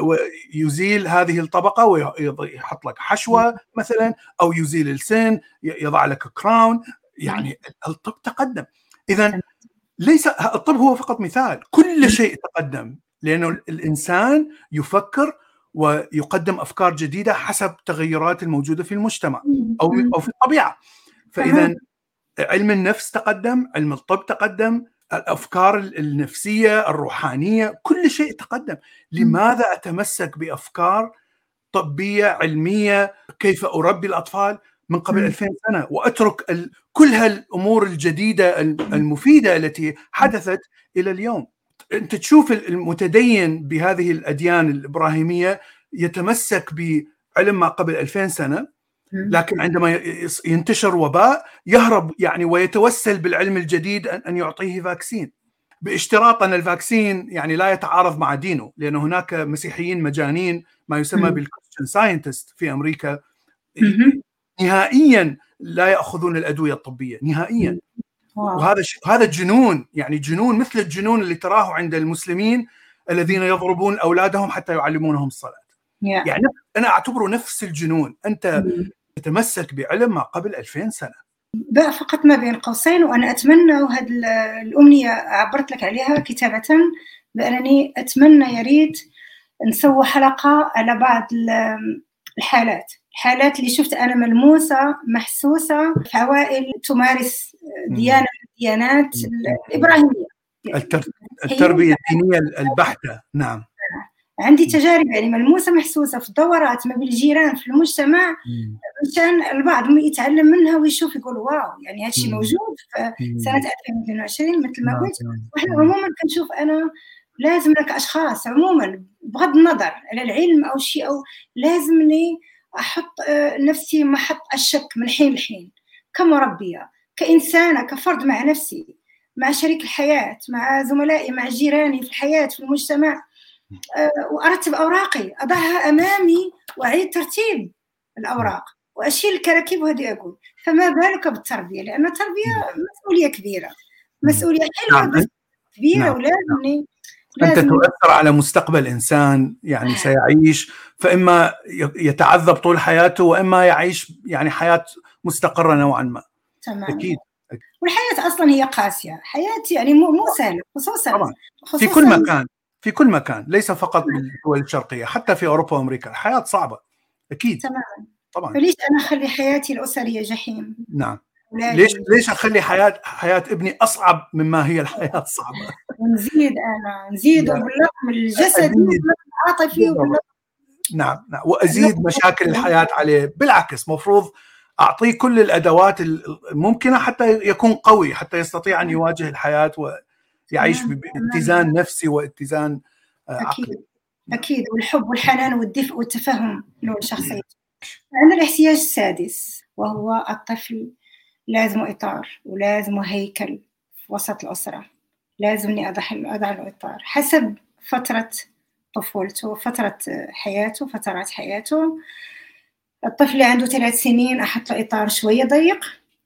Speaker 1: ويزيل هذه الطبقة ويحط لك حشوة مثلا، أو يزيل السن، يضع لك كراون. يعني الطب تقدم. إذن ليس الطب هو فقط مثال، كل شيء تقدم، لأنه الإنسان يفكر ويقدم أفكار جديدة حسب التغيرات الموجودة في المجتمع أو أو في الطبيعة. فإذا علم النفس تقدم، علم الطب تقدم، الأفكار النفسية الروحانية، كل شيء تقدم. لماذا أتمسك بأفكار طبية علمية كيف أربي الأطفال من قبل ألفين سنة وأترك ال... كل هالأمور الجديدة المفيدة التي حدثت إلى اليوم؟ أنت تشوف المتدين بهذه الأديان الإبراهيمية يتمسك بعلم ما قبل ألفين سنة، لكن عندما ينتشر وباء يهرب يعني ويتوسل بالعلم الجديد أن يعطيه فاكسين، باشتراط أن الفاكسين يعني لا يتعارض مع دينه، لأن هناك مسيحيين مجانين ما يسمى بالكريستيان ساينتست في أمريكا نهائيا لا يأخذون الأدوية الطبية نهائيا. وهذا هذا جنون، يعني جنون مثل الجنون اللي تراه عند المسلمين الذين يضربون أولادهم حتى يعلمونهم الصلاة. يعني أنا أعتبره نفس الجنون. أنت تتمسك بعلم ما قبل ألفين سنة.
Speaker 2: بقى فقط ما بين قوسين، وأنا أتمنى، وهذه الأمنية عبرت لك عليها كتابة، بأنني أتمنى يا ريت نسوي حلقة على بعض الحالات الحالات اللي شفت أنا ملموسة محسوسة في عوائل تمارس ديانة الديانات الإبراهيمية،
Speaker 1: التربية الدينية البحتة. نعم،
Speaker 2: عندي تجارب يعني ملموسة محسوسة في الدورات ما بين الجيران في المجتمع، مشان البعض يتعلم منها ويشوف يقول واو، يعني هذا الشيء موجود في سنة ألفين واثنين وعشرين مثل ما قلت. وإحنا عموما كنشوف أنا لازم لك أشخاص عموما بغض النظر على العلم أو شيء، أو لازمني أحط نفسي محط الشك من حين لحين كمربية، كإنسانة، كفرد مع نفسي، مع شريك الحياة، مع زملائي، مع جيراني في الحياة في المجتمع، وأرتب أوراقي أضعها أمامي وأعيد ترتيب الأوراق وأشيل الكراكيب وهذه أقول. فما بالك بالتربية، لأن التربية مسؤولية كبيرة، مسؤولية حلوة بس كبيرة، ولازمني
Speaker 1: أنت تؤثر على مستقبل إنسان يعني سيعيش، فإما يتعذب طول حياته وإما يعيش يعني حياة مستقرة نوعا ما.
Speaker 2: تمام. أكيد. والحياة أصلا هي قاسية، حياة يعني مو مو سهلة، خصوصا
Speaker 1: طبعا في كل مكان، في كل مكان، ليس فقط بالدول الشرقية، حتى في أوروبا وأمريكا الحياة صعبة أكيد.
Speaker 2: تمام.
Speaker 1: طبعا.
Speaker 2: فليش أنا أخلي حياتي الأسرية جحيم؟
Speaker 1: نعم. ليش ليش أخلي حياة حياة ابني أصعب مما هي الحياة الصعبة؟
Speaker 2: ونزيد أنا نزيده باللطم الجسدي والعاطفي.
Speaker 1: نعم نعم، وأزيد مشاكل الحياة عليه. بالعكس، مفروض أعطيه كل الأدوات الممكنة حتى يكون قوي، حتى يستطيع أن يواجه الحياة ويعيش باتزان نفسي واتزان عقلي.
Speaker 2: أكيد أكيد، والحب والحنان والدفء والتفهم له شخصيته. عندنا الاحتياج السادس وهو الطفل لازم إطار ولازم هيكل في وسط الأسرة، لازمني أضع أضع له إطار حسب فترة طفولته، فترة حياته، فترات حياته. الطفل عنده ثلاث سنين أحط له إطار شوية ضيق،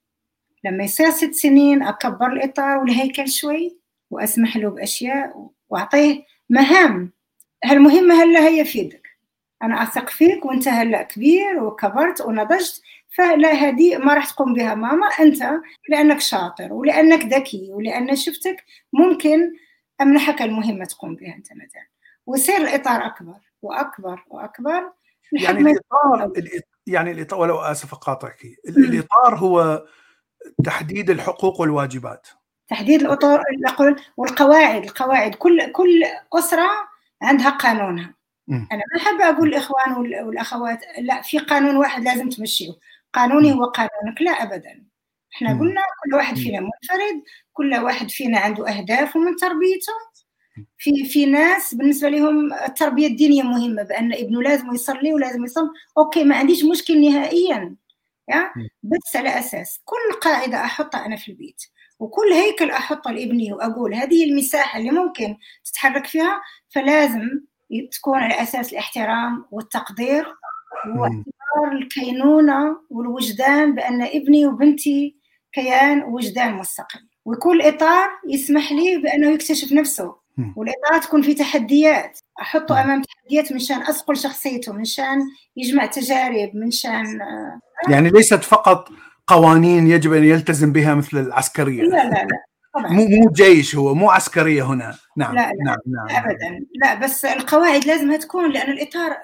Speaker 2: لما يصير ست سنين أكبر الإطار والهيكل شوي وأسمح له بأشياء وأعطيه مهام. هالمهمة هلا هي في يدك، أنا أثق فيك وأنت هلا كبير وكبرت ونضجت، فلا هذه ما راح تقوم بها ماما، أنت لأنك شاطر ولأنك ذكي ولأن شفتك ممكن أمنحك المهمة تقوم بها أنت مثلا، ويصير الإطار أكبر وأكبر وأكبر.
Speaker 1: يعني الإطار يعني الإطار ولو آسف أقاطعك، الإطار هو تحديد الحقوق والواجبات،
Speaker 2: تحديد الأطر والقواعد. القواعد كل كل أسرة عندها قانونها. م. أنا ما أحب أقول الإخوان والأخوات لا، في قانون واحد لازم تمشيه، قانوني هو قانونك، لا أبدا. إحنا م. قلنا كل واحد فينا منفرد، كل واحد فينا عنده أهدافه من تربيته. في في ناس بالنسبة لهم التربية الدينية مهمة، بأن ابنه لازم يصلي ولازم يصوم، أوكي ما عنديش مشكل نهائيا، يا بس على أساس كل قاعدة أحطها أنا في البيت وكل هيكل أحطه لابني وأقول هذه المساحة اللي ممكن تتحرك فيها، فلازم تكون على أساس الاحترام والتقدير واعتبار الكينونة والوجدان، بأن ابني وبنتي كيان وجدان مستقل، ويكون إطار يسمح لي بأنه يكتشف نفسه، والإطار تكون في تحديات، أحطه أمام تحديات منشان أصقل شخصيته، منشان يجمع تجارب، منشان
Speaker 1: يعني ليست فقط قوانين يجب أن يلتزم بها مثل العسكرية.
Speaker 2: لا لا لا طبعا.
Speaker 1: مو مو جيش، هو مو عسكرية هنا. نعم
Speaker 2: لا لا
Speaker 1: نعم نعم
Speaker 2: أبدا لا، بس القواعد لازمها تكون، لأن الإطار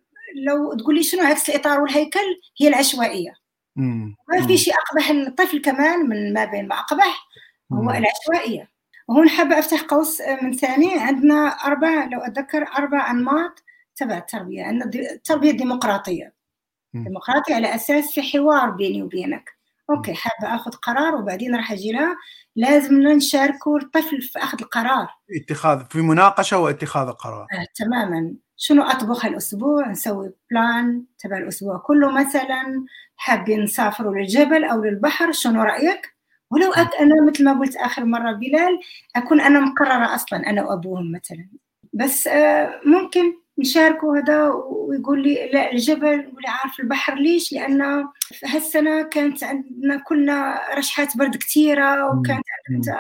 Speaker 2: لو تقول لي شنو عكس الإطار والهيكل هي العشوائية. مم. ما في شيء أقبح الطفل كمان من ما بين ما أقبح هو مم. العشوائية. وهون حابة أفتح قوس من ثاني، عندنا أربع لو أتذكر أربع أنماط تبع التربية. عندنا التربية الديمقراطية، ديمقراطية على أساس في حوار بيني وبينك، أوكي حابة أخذ قرار وبعدين راح أجي لها، لازمنا نشاركوا الطفل في أخذ القرار،
Speaker 1: اتخاذ في مناقشة واتخاذ القرار.
Speaker 2: آه، تماما. شنو أطبخ الأسبوع، نسوي بلان تبع الأسبوع كله، مثلا حابين نسافروا للجبل أو للبحر، شنو رأيك؟ ولو أك أنا مثل ما قلت آخر مرة بلال أكون أنا مقررة أصلا أنا وأبوهم مثلا، بس آه ممكن نشاركوا هذا، ويقول لي لا الجبل، ولا عارف البحر ليش؟ لأن هالسنة كانت عندنا كلنا رشحات برد كثيرة وكانت عندنا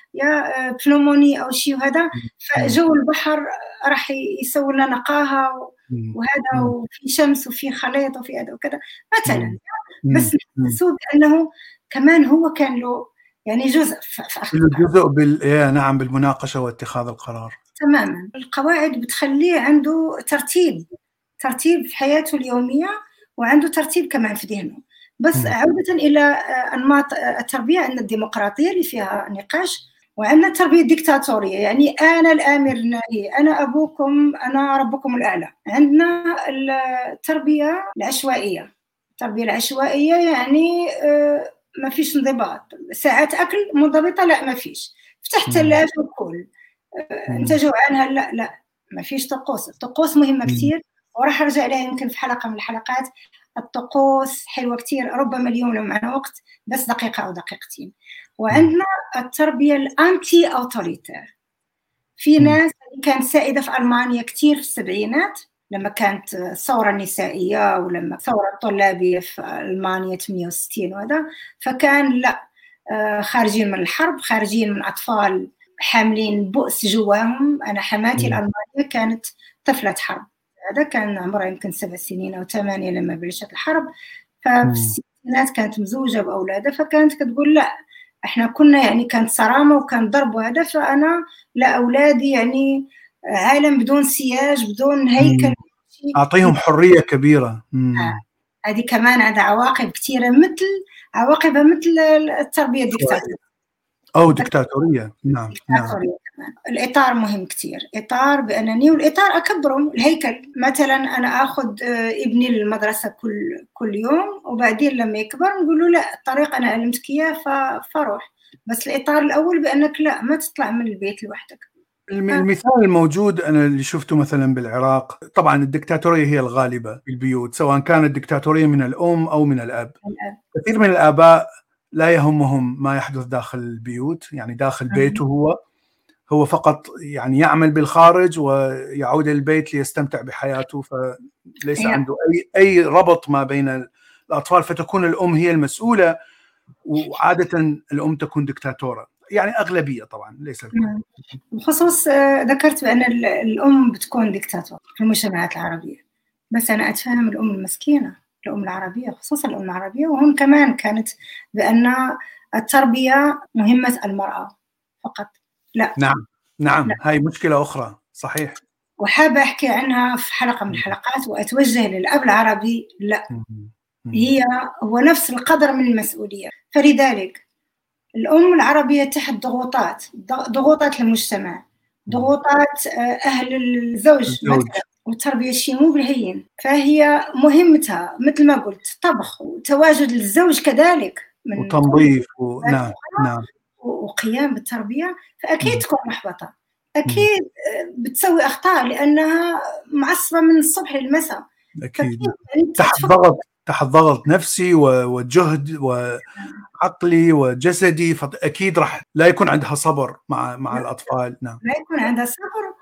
Speaker 2: يا بنوموني أو شيء وهذا، فجو البحر راح يسوي لنا نقاهة وهذا، وفي شمس وفي خليط وفي هذا وكذا مثلا، بس نحسوا بأنه كمان هو كان له يعني جزء في أخذ
Speaker 1: جزء بال نعم بالمناقشة واتخاذ القرار.
Speaker 2: تماما. القواعد بتخليه عنده ترتيب ترتيب في حياته اليومية، وعنده ترتيب كمان في ذهنه. بس عودة إلى أنماط التربية، عندنا الديمقراطية اللي فيها نقاش، وعندنا التربية الديكتاتورية، يعني أنا الآمر الناهي، أنا أبوكم، أنا ربكم الأعلى. عندنا التربية العشوائية، التربية العشوائية يعني ما فيش انضباط، ساعات أكل منضبطة لا ما فيش، فتح الثلاجة وكل، أنت جوعان هلا لا ما فيش طقوس. الطقوس مهمة كثير، وراح أرجع لها يمكن في حلقة من الحلقات. الطقوس حلوة كثير، ربما اليوم لو معنا وقت بس دقيقة أو دقيقتين. وعندنا التربية الأنتي أوتوريتير، في ناس كانت سائدة في ألمانيا كثير في السبعينات لما كانت الثورة النسائية، ولما الثورة الطلابية في ألمانيا ثمانية وستين وهذا، فكان لا خارجين من الحرب، خارجين من أطفال حاملين بؤس جواهم. أنا حماتي الألمانية كانت طفلة حرب، هذا كان عمرها يمكن سبع سنين أو ثمانية لما بلشت الحرب، ففي الستينات كانت مزوجة بأولادها، فكانت كتقول لا إحنا كنا يعني كانت صرامة وكان ضرب وهذا، فأنا لا أولادي يعني عالم بدون سياج بدون هيكل،
Speaker 1: أعطيهم حرية كبيرة.
Speaker 2: هذه كمان عندها عواقب كثيرة، مثل عواقبها مثل التربية الدكتاتورية
Speaker 1: أو دكتاتورية. نعم
Speaker 2: دكتاتورية. الإطار مهم كتير، إطار بأنني والإطار أكبره الهيكل. مثلا أنا أخذ ابني للمدرسة كل كل يوم، وبعدين لما يكبر نقول له لا الطريق أنا علمتك إياه فروح، بس الإطار الأول بأنك لا ما تطلع من البيت لوحدك.
Speaker 1: المثال الموجود أنا اللي شفته مثلا بالعراق، طبعا الدكتاتورية هي الغالبة بالبيوت، سواء كانت دكتاتورية من الأم أو من الأب.
Speaker 2: الأب.
Speaker 1: كثير من الآباء لا يهمهم ما يحدث داخل البيوت، يعني داخل بيته هو هو فقط يعني يعمل بالخارج ويعود البيت ليستمتع بحياته، فليس عنده أي أي ربط ما بين الأطفال، فتكون الأم هي المسؤولة، وعادة الأم تكون دكتاتورة، يعني أغلبية طبعا ليس الكل.
Speaker 2: بخصوص ذكرت بأن الأم بتكون دكتاتور في المجتمعات العربية، بس أنا أتفهم الأم المسكينة، الأم العربية خصوصا الأم العربية، وهم كمان كانت بأن التربية مهمة المرأة فقط. لا
Speaker 1: نعم نعم
Speaker 2: لا.
Speaker 1: هاي مشكلة أخرى صحيح،
Speaker 2: وحابة أحكي عنها في حلقة من الحلقات وأتوجه للأب العربي. لا هي هو نفس القدر من المسؤولية. فلذلك الأم العربية تحت ضغوطات ضغوطات المجتمع، ضغوطات أهل الزوج مثلا، والتربية شيء مو بالهين، فهي مهمتها مثل ما قلت طبخ وتواجد الزوج كذلك من
Speaker 1: وتنظيف و... نعم نعم
Speaker 2: وقيام بالتربية، فأكيد تكون محبطة، أكيد بتسوي أخطاء لأنها معصبة من الصبح للمساء،
Speaker 1: أكيد تحت ضغط تحت ضغط نفسي وجهد وعقلي وجسدي، فأكيد راح لا يكون عندها صبر مع مع لا. الأطفال. نعم
Speaker 2: لا يكون عندها صبر،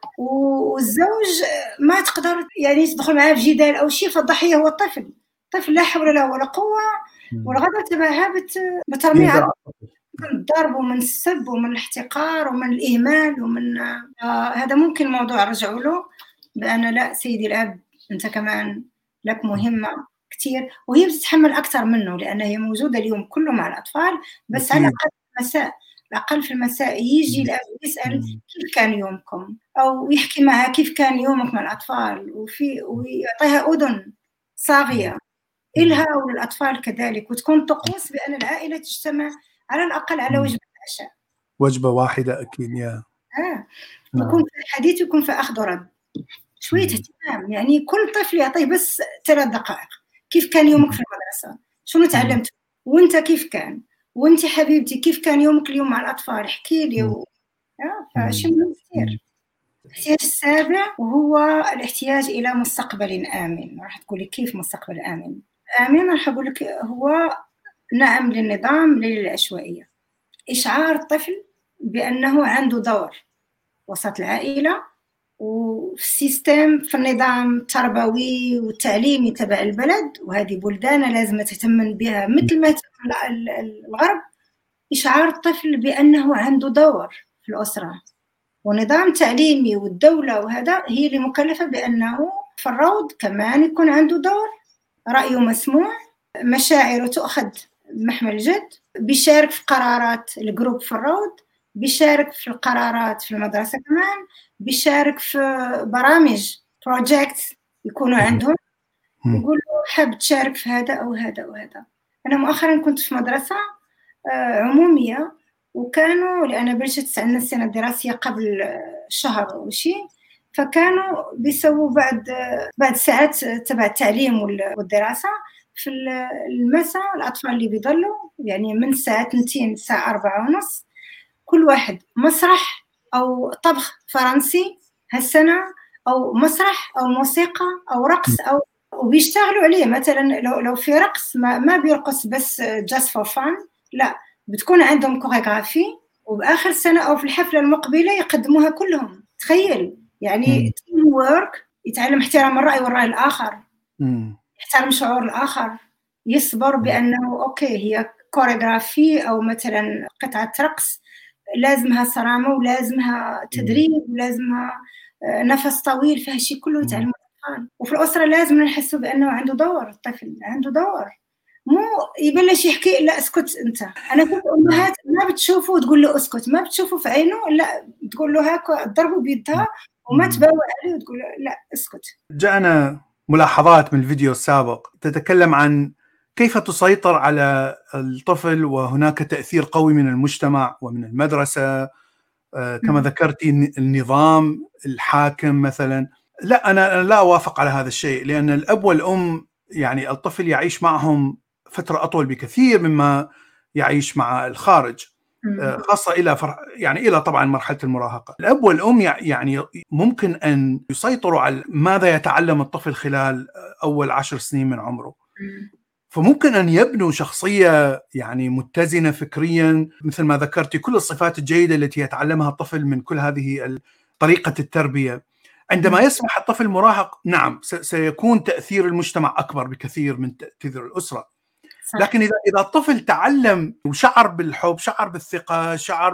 Speaker 2: والزوج ما تقدر يعني تدخل معاه في جدال أو شيء، فالضحية هو الطفل. الطفل لا حول له ولا قوة، والغدر تبعها بترميه على من الضرب ومن السب ومن الاحتقار ومن الإهمال ومن آه هذا ممكن موضوع رجعوا له، بأن لا سيدي الأب أنت كمان لك مهمة كتير، وهي بتتحمل أكثر منه لأن هي موجودة اليوم كله مع الأطفال، بس على الأقل في المساء الأقل في المساء يجي الأب يسأل كيف كان يومكم، أو يحكي معها كيف كان يومك مع الأطفال، وفي ويعطيها أذن صاغية إلها وللأطفال كذلك، وتكون طقوس بأن العائلة تجتمع على الأقل على وجبة العشاء،
Speaker 1: وجبة واحدة أكيد. يا
Speaker 2: آه. يكون في الحديث ويكون في أخذ ورد، شوية اهتمام، يعني كل طفل يعطيه بس ثلاث دقائق. كيف كان يومك في المدرسة؟ شنو تعلمت؟ وانت كيف كان؟ وانت حبيبتي كيف كان يومك اليوم مع الأطفال؟ احكي لي. و... آه. فشيء مهم كثير. الاحتياج السابع وهو الاحتياج إلى مستقبل آمن. راح تقولي كيف مستقبل آمن؟ آمن راح أقول لك هو نعم للنظام للعشوائية، إشعار الطفل بأنه عنده دور وسط العائلة وفي السيستم، في النظام التربوي والتعليمي تبع البلد، وهذه بلدان لازم تهتم بها مثل ما الغرب. إشعار الطفل بأنه عنده دور في الأسرة ونظام تعليمي والدولة، وهذا هي اللي مكلفة بأنه في الروض كمان يكون عنده دور، رأيه مسموع، مشاعره تأخذ بمحمل الجد، بيشارك في قرارات الجروب في الروض، بيشارك في القرارات في المدرسة كمان، بيشارك في برامج بروجيكت يكونوا عندهم، يقولوا حاب تشارك في هذا أو هذا أو هذا. أنا مؤخرا كنت في مدرسة عمومية، وكانوا لأنا بلشت عندنا السنة الدراسية قبل شهر أو شيء، فكانوا بيسووا بعد بعد ساعات تبع التعليم والدراسة في المساء الأطفال اللي بيضلوا يعني من الساعة اثنتين الساعة أربعة ونص كل واحد مسرح أو طبخ فرنسي هالسنة، أو مسرح أو موسيقى أو رقص، أو وبيشتغلوا عليه. مثلا لو لو في رقص ما, ما بيرقص بس just for fun، لا بتكون عندهم كوريغرافي، وبآخر سنة أو في الحفلة المقبلة يقدموها كلهم. تخيل يعني تيم وورك، يتعلم احترام الرأي والرأي الآخر، مم. يحترم شعور الآخر، يصبر بأنه أوكي هي كوريغرافي أو مثلا قطعة رقص لازمها صرامة ولازمها تدريب ولازمها نفس طويل، فهالشي كله يتعلم الأطفال. وفي الأسرة لازم نحسوا بأنه عنده دور، الطفل عنده دور، مو يبلش يحكي لا اسكت انت. انا كنت امهات ما بتشوفه وتقول له اسكت، ما بتشوفه في عينه لا تقول له هاك ضربه بيدها وما تباوع عليه وتقول له لا اسكت.
Speaker 1: جاءنا ملاحظات من الفيديو السابق تتكلم عن كيف تسيطر على الطفل، وهناك تأثير قوي من المجتمع ومن المدرسة كما ذكرتي النظام الحاكم مثلا. لا أنا لا أوافق على هذا الشيء، لأن الأب والأم يعني الطفل يعيش معهم فترة أطول بكثير مما يعيش مع الخارج، خاصة إلى فرح يعني إلى طبعا مرحلة المراهقة. الأب والأم يعني ممكن أن يسيطروا على ماذا يتعلم الطفل خلال أول عشر سنين من عمره، فممكن أن يبنوا شخصية يعني متزنة فكريا مثل ما ذكرتي، كل الصفات الجيدة التي يتعلمها الطفل من كل هذه طريقة التربية. عندما يصبح الطفل مراهق نعم سيكون تأثير المجتمع أكبر بكثير من تأثير الأسرة. لكن إذا إذا الطفل تعلم وشعر بالحب، شعر بالثقة، شعر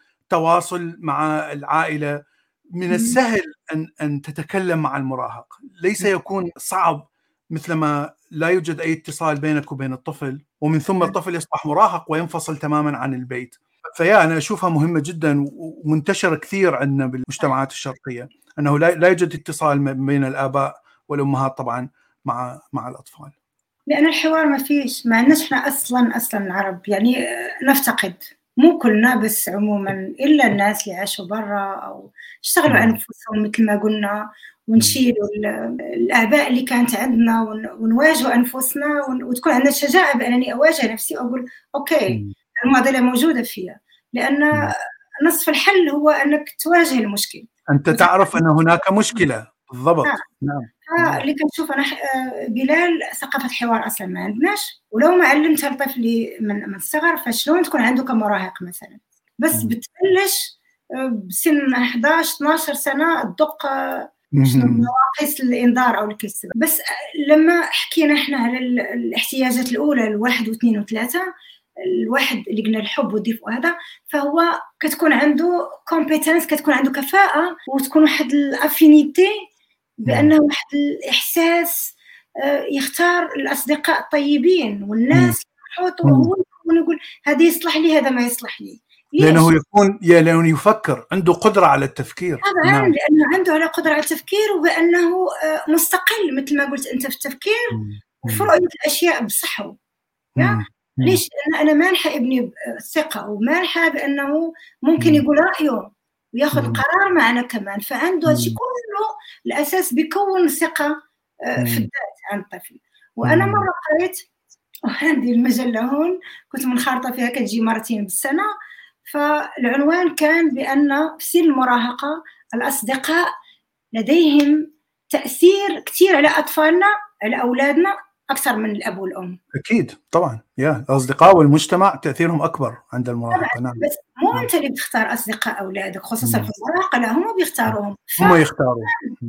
Speaker 1: بتواصل مع العائلة، من السهل أن أن تتكلم مع المراهق. ليس يكون صعب مثلما لا يوجد أي اتصال بينك وبين الطفل، ومن ثم الطفل يصبح مراهق وينفصل تماما عن البيت. فيا أنا أشوفها مهمة جدا ومنتشرة كثير عندنا بالمجتمعات الشرقية، أنه لا يوجد اتصال بين الآباء والأمهات طبعا مع مع الأطفال.
Speaker 2: لأن الحوار ما فيش، مع أننا إحنا أصلاً أصلاً العرب يعني نفتقد، مو كلنا بس عموماً، إلا الناس اللي عاشوا برا أو اشتغلوا على أنفسهم مثل ما قلنا، ونشيلوا الآباء اللي كانت عندنا ونواجهوا أنفسنا، وتكون عندنا شجاعة بأنني أواجه نفسي وأقول أوكي المعضلة موجودة فيها، لأن نصف الحل هو أنك تواجه المشكلة،
Speaker 1: أنت تعرف أن هناك مشكلة بالضبط.
Speaker 2: نعم. اللي كنشوف أنا بلال ثقافة الحوار أصلا ما عندناش، ولو ما علمتها لطفلي من من الصغر فشلون تكون عنده كمراهق مثلا، بس بتبلش بسن إحدى عشر اثنا عشر سنة تدق شنو مواقيس الإنذار أو الكسب. بس لما حكينا إحنا على الاحتياجات الأولى الواحد واثنين وثلاثة، الواحد اللي قلنا الحب والدفء وهذا، فهو كتكون عنده كومبيتنس، كتكون عنده كفاءة، وتكون واحد الافينيتي بأنه واحد الإحساس يختار الأصدقاء الطيبين والناس المحوطة، وهو يقول هذا يصلح لي هذا ما يصلح لي،
Speaker 1: لأنه يكون لأنه يفكر، عنده قدرة على التفكير.
Speaker 2: طبعا نعم. لأنه عنده على قدرة على التفكير، وبأنه مستقل مثل ما قلت أنت في التفكير وفي رؤية الأشياء بصحو. ليش؟ لأن أنا مانحة ابني الثقة، ومانحة بأنه ممكن يقول رأيه وياخذ قرار معنا كمان، فعنده هالشيء كله الأساس بيكون ثقة في الذات عند الطفل. وأنا مرة قريت وعندي المجلة هون كنت منخرطة فيها، كتجي مرتين بالسنة، فالعنوان كان بأن في سن المراهقة الأصدقاء لديهم تأثير كتير على أطفالنا، على أولادنا، أكثر من الأب والأم.
Speaker 1: أكيد طبعا، يا الأصدقاء والمجتمع تأثيرهم أكبر عند المراهقة. نعم.
Speaker 2: بس مو أنت اللي بتختار أصدقاء أولادك خصوصا في المراهقة، لا هم بيختاروهم.
Speaker 1: هم يختاروا.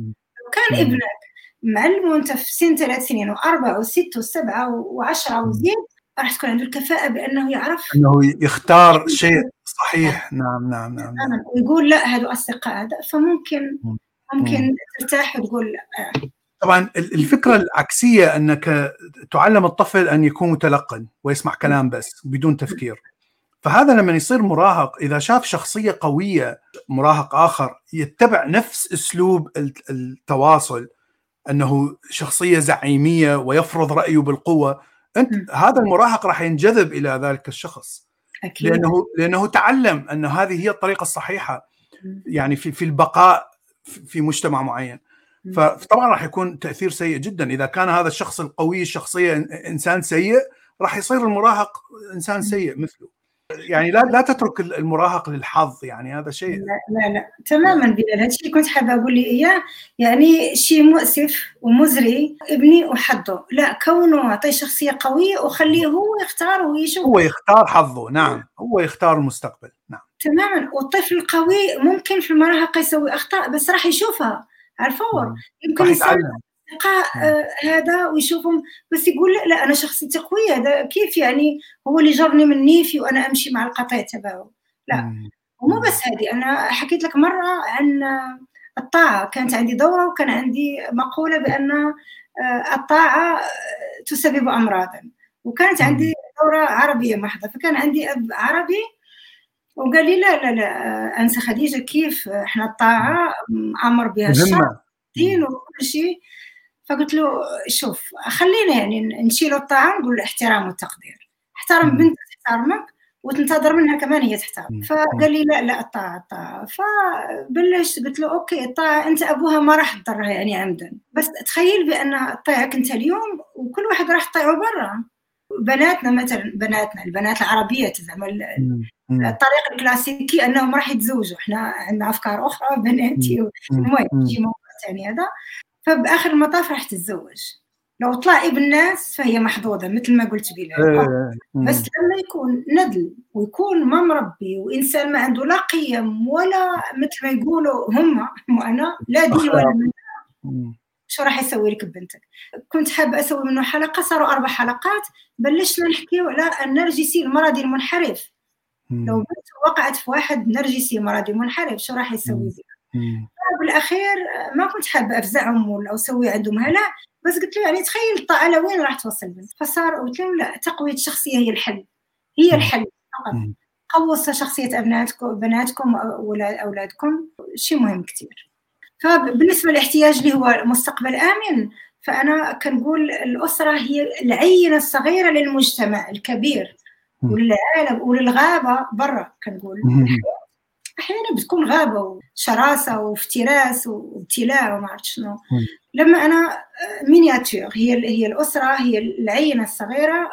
Speaker 2: لو كان ابنك معلم وأنت في سن ثلاث سنين وأربعة وست وسبعة وعشرة وزيد، راح تكون عنده الكفاءة بأنه يعرف
Speaker 1: أنه يختار شيء صحيح. نعم نعم نعم, نعم.
Speaker 2: ويقول لا هذا أصدقاء هذا، فممكن ممكن ترتاح وتقول لا.
Speaker 1: طبعا الفكرة العكسية أنك تعلم الطفل أن يكون متلقن ويسمع كلام بس بدون تفكير، فهذا لما يصير مراهق إذا شاف شخصية قوية مراهق آخر يتبع نفس أسلوب التواصل، أنه شخصية زعيمية ويفرض رأيه بالقوة، أنت هذا المراهق راح ينجذب إلى ذلك الشخص. أكيد. لأنه لأنه تعلم أن هذه هي الطريقة الصحيحة يعني في في البقاء في مجتمع معين. فطبعا راح يكون تأثير سيء جدا إذا كان هذا الشخص القوي الشخصية إنسان سيء، راح يصير المراهق إنسان سيء مثله. يعني لا لا تترك المراهق للحظ، يعني هذا شيء
Speaker 2: لا لا, لا. تماما بلال، هذا الشيء كنت حابة أقول لي إياه، يعني شيء مؤسف ومزري ابني وحظه، لا كونه أعطيه شخصية قوية وخليه هو يختار ويشوف،
Speaker 1: هو يختار حظه. نعم هو يختار المستقبل. نعم
Speaker 2: تماما. والطفل القوي ممكن في المراهقة يسوي أخطاء بس راح يشوفها على الفور، يمكن يتعلم آه هذا ويشوفهم، بس يقول لا, لا أنا شخصيتي قوية، هذا كيف يعني هو اللي جرني من نيفي وأنا أمشي مع القطيع تبعه. لا، ومو بس هذه، أنا حكيت لك مرة عن الطاعة، كانت عندي دورة وكان عندي مقولة بأن آه الطاعة تسبب أمراضا، وكانت عندي دورة عربية محضة، فكان عندي أب عربي وقال لي لا لا لا أنسى خديجة، كيف إحنا الطاعة أمر بها الشرع دين وكل شيء. فقلت له شوف خلينا يعني نشيل الطاعة ونقول الاحترام والتقدير، احترم بنتك تحترمك وتنتظر منها كمان هي تحتار. فقال لي لا لا الطاعة الطاعة. فبلشت قلت له أوكي الطاعة أنت أبوها ما راح تضرها يعني عمدا، بس تخيل بأن طيعك أنت اليوم وكل واحد راح تطيعه برا. بناتنا مثلا بناتنا البنات العربية زعما الطريقة الكلاسيكية أنهم راح يتزوجوا، إحنا عندنا أفكار أخرى بناتي المهم شيء موضوع ثاني هذا. فبآخر المطاف راح تتزوج، لو طلع ابن الناس فهي محظوظة مثل ما قلت بلال. بس لما يكون ندل ويكون ما مربي وإنسان ما عنده لا قيم ولا مثل ما يقولوا هم وأنا لا دين ولا من شو راح يسوي لك بنتك. كنت حابة أسوي منه حلقة، صاروا أربع حلقات بلشنا نحكي على النرجسي المرضي المنحرف. لو بنت وقعت في واحد نرجسي مرضي منحرف شو راح يسوي بها. بالأخير ما كنت حابة أفزعهم ولا أسوي عندهم هلا، بس قلت له يعني تخيل الطاعة لوين راح توصل بنت. فصار قلت لهم لا، تقوية الشخصية هي الحل، هي الحل فقط. قوصوا شخصية أبناتكم بناتكم أولادكم شيء مهم كتير. فبالنسبة للاحتياج اللي هو مستقبل آمن، فأنا كنقول الأسرة هي العينة الصغيرة للمجتمع الكبير وللعالم وللغابة برا. كنقول أحيانا بتكون غابة وشراسة وافتراس وابتلاء وما عرفت شنو. لما أنا مينياتير هي هي الأسرة هي العينة الصغيرة،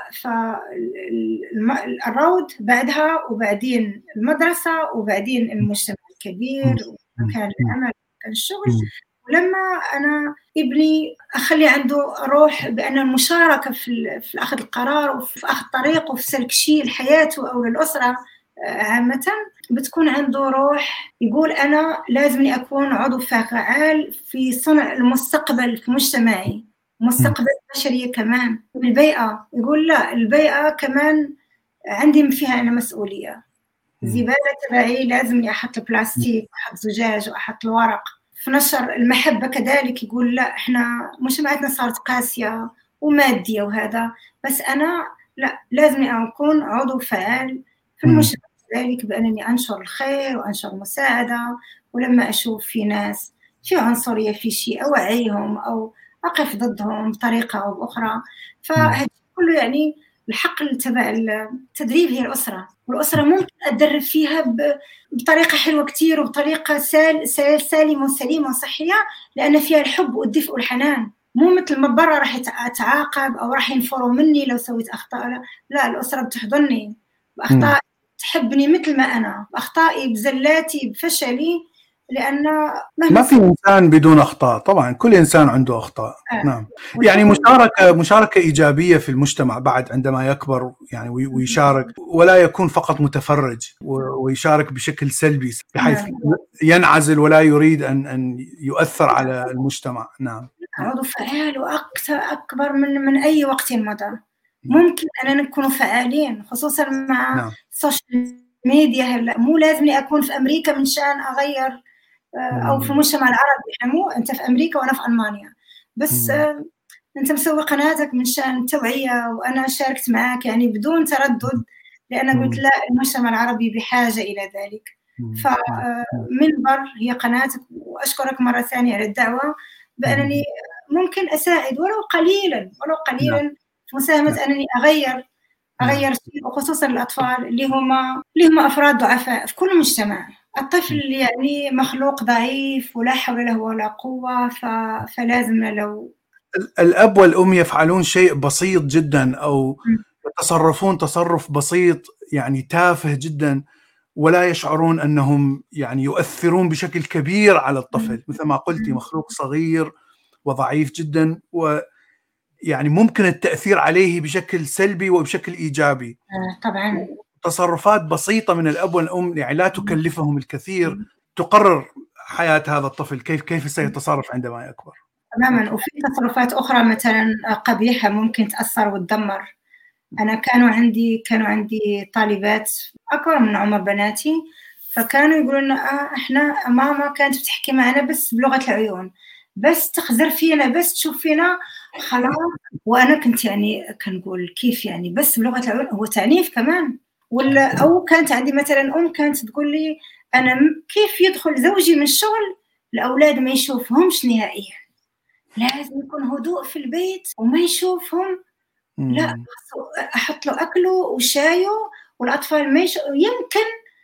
Speaker 2: فالروض بعدها وبعدين المدرسة وبعدين المجتمع الكبير ومكان العمل ومكان الشغل. ولما أنا ابني أخلي عنده روح بأن المشاركة في في أخذ القرار وفي أخذ طريق وفي سلك شيء لحياته أو للأسرة عامة، بتكون عنده روح يقول أنا لازمني أكون عضو فعال في صنع المستقبل في مجتمعي، مستقبل البشرية كمان. البيئة يقول لا، البيئة كمان عندي فيها أنا مسؤولية. الزبالة تبعي لازمني أحط البلاستيك وأحط زجاج وأحط الورق. في نشر المحبة كذلك يقول لا، إحنا مجتمعاتنا صارت قاسية ومادية وهذا، بس أنا لا، لازمني أكون عضو فعال في المجتمع، ذلك بأنني أنشر الخير وأنشر المساعدة. ولما أشوف في ناس في عنصرية في شيء أوعيهم أو أقف ضدهم بطريقة أو بأخرى. فهذا كله يعني الحق تبع التدريب هي الأسرة، والأسرة ممكن أدرب فيها بطريقة حلوة كتير وبطريقة سال سالمة وسليمة وصحية، لأن فيها الحب والدفء والحنان. مو مثل ما برا راح أتعاقب أو راح ينفروا مني لو سويت أخطاء. لا, لا الأسرة بتحضني بأخطاء، تحبني مثل ما أنا بأخطائي بزلاتي بفشلي، لأن
Speaker 1: ما في إنسان بدون أخطاء. طبعا كل إنسان عنده أخطاء. آه. نعم. يعني مشاركة مشاركة إيجابية في المجتمع بعد عندما يكبر يعني ويشارك، ولا يكون فقط متفرج ويشارك بشكل سلبي بحيث ينعزل ولا يريد أن أن يؤثر على المجتمع. نعم.
Speaker 2: عضو فعال وأكثر أكبر من من أي وقت مضى. ممكن أن نكون فعالين خصوصا مع نعم. السوشيال ميديا. هلا مو لازمني أكون في أمريكا من شان أغير أو في المجتمع العربي. إحنا مو أنت في أمريكا وأنا في ألمانيا، بس أنت مسوي قناتك من شان توعية وأنا شاركت معك يعني بدون تردد، لأن قلت لا، المجتمع العربي بحاجة إلى ذلك. فمنبر هي قناتك، وأشكرك مرة ثانية على الدعوة بأنني ممكن أساعد ولو قليلا ولو قليلا في مساهمة أنني أغير أغير شيء، وخصوصا الأطفال اللي هم اللي هم أفراد ضعفاء في كل مجتمع. الطفل يعني مخلوق ضعيف ولا حول له ولا قوة، فلازمنا لو
Speaker 1: الأب والأم يفعلون شيء بسيط جدا أو يتصرفون تصرف بسيط يعني تافه جدا، ولا يشعرون أنهم يعني يؤثرون بشكل كبير على الطفل. مثل ما قلتي مخلوق صغير وضعيف جدا، ويعني ممكن التأثير عليه بشكل سلبي وبشكل إيجابي.
Speaker 2: طبعا
Speaker 1: تصرفات بسيطة من الأب والأم يعني لا تكلفهم الكثير تقرر حياة هذا الطفل كيف كيف سيتصرف عندما يكبر.
Speaker 2: تماما. وفي تصرفات أخرى مثلا قبيحة ممكن تأثر وتدمر. أنا كانوا عندي كانوا عندي طالبات أكبر من عمر بناتي، فكانوا يقولوا لنا آه إحنا ماما كانت بتحكي معنا بس بلغة العيون، بس تخزر فينا، بس تشوف فينا خلاص. وأنا كنت يعني كنقول كيف يعني بس بلغة العيون؟ هو تعنيف كمان. ولا أو كانت عندي مثلا أم كانت تقول لي أنا كيف يدخل زوجي من الشغل الأولاد ما يشوفهمش نهائيا، لازم يكون هدوء في البيت وما يشوفهم. لا، أحط له أكله وشايه والأطفال ما يش... يمكن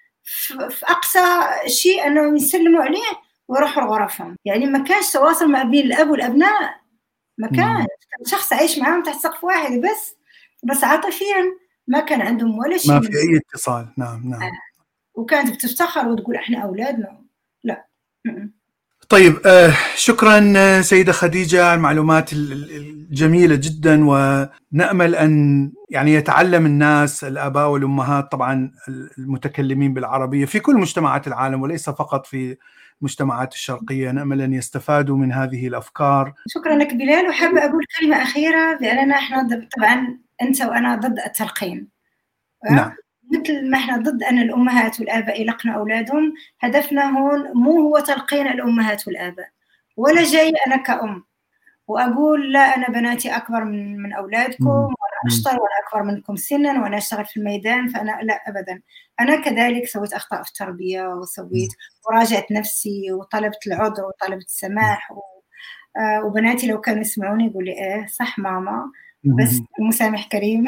Speaker 2: في أقصى شيء أنهم يسلموا عليه ويروحوا لغرفهم. يعني ما كانش تواصل ما بين الأب والأبناء، ما كان شخص عايش معاهم تحت سقف واحد بس بس عاطفيا ما كان عندهم ولا شيء،
Speaker 1: ما في أي اتصال. نعم نعم.
Speaker 2: آه. وكانت بتفتخر وتقول إحنا أولادنا. لا. م-م.
Speaker 1: طيب آه شكرا سيدة خديجة على المعلومات الجميلة جدا، ونأمل أن يعني يتعلم الناس الآباء والأمهات طبعا المتكلمين بالعربية في كل مجتمعات العالم وليس فقط في المجتمعات الشرقية، نأمل أن يستفادوا من هذه الأفكار.
Speaker 2: شكرا لك بلال، وحابة أقول كلمة أخيرة بأننا إحنا طبعا أنت وأنا ضد التلقين.
Speaker 1: نعم.
Speaker 2: مثل ما احنا ضد أن الأمهات والآباء يلقنوا أولادهم، هدفنا هون مو هو تلقين الأمهات والآباء، ولا جاي أنا كأم وأقول لا أنا بناتي أكبر من من أولادكم وأنا أشطر وأنا أكبر منكم سنا وأنا أشتغل في الميدان، فأنا لا أبدا. أنا كذلك سويت أخطاء في التربية وسويت وراجعت نفسي وطلبت العذر وطلبت السماح و... آه وبناتي لو كانوا يسمعوني يقول لي إيه صح ماما، بس المسامح كريم.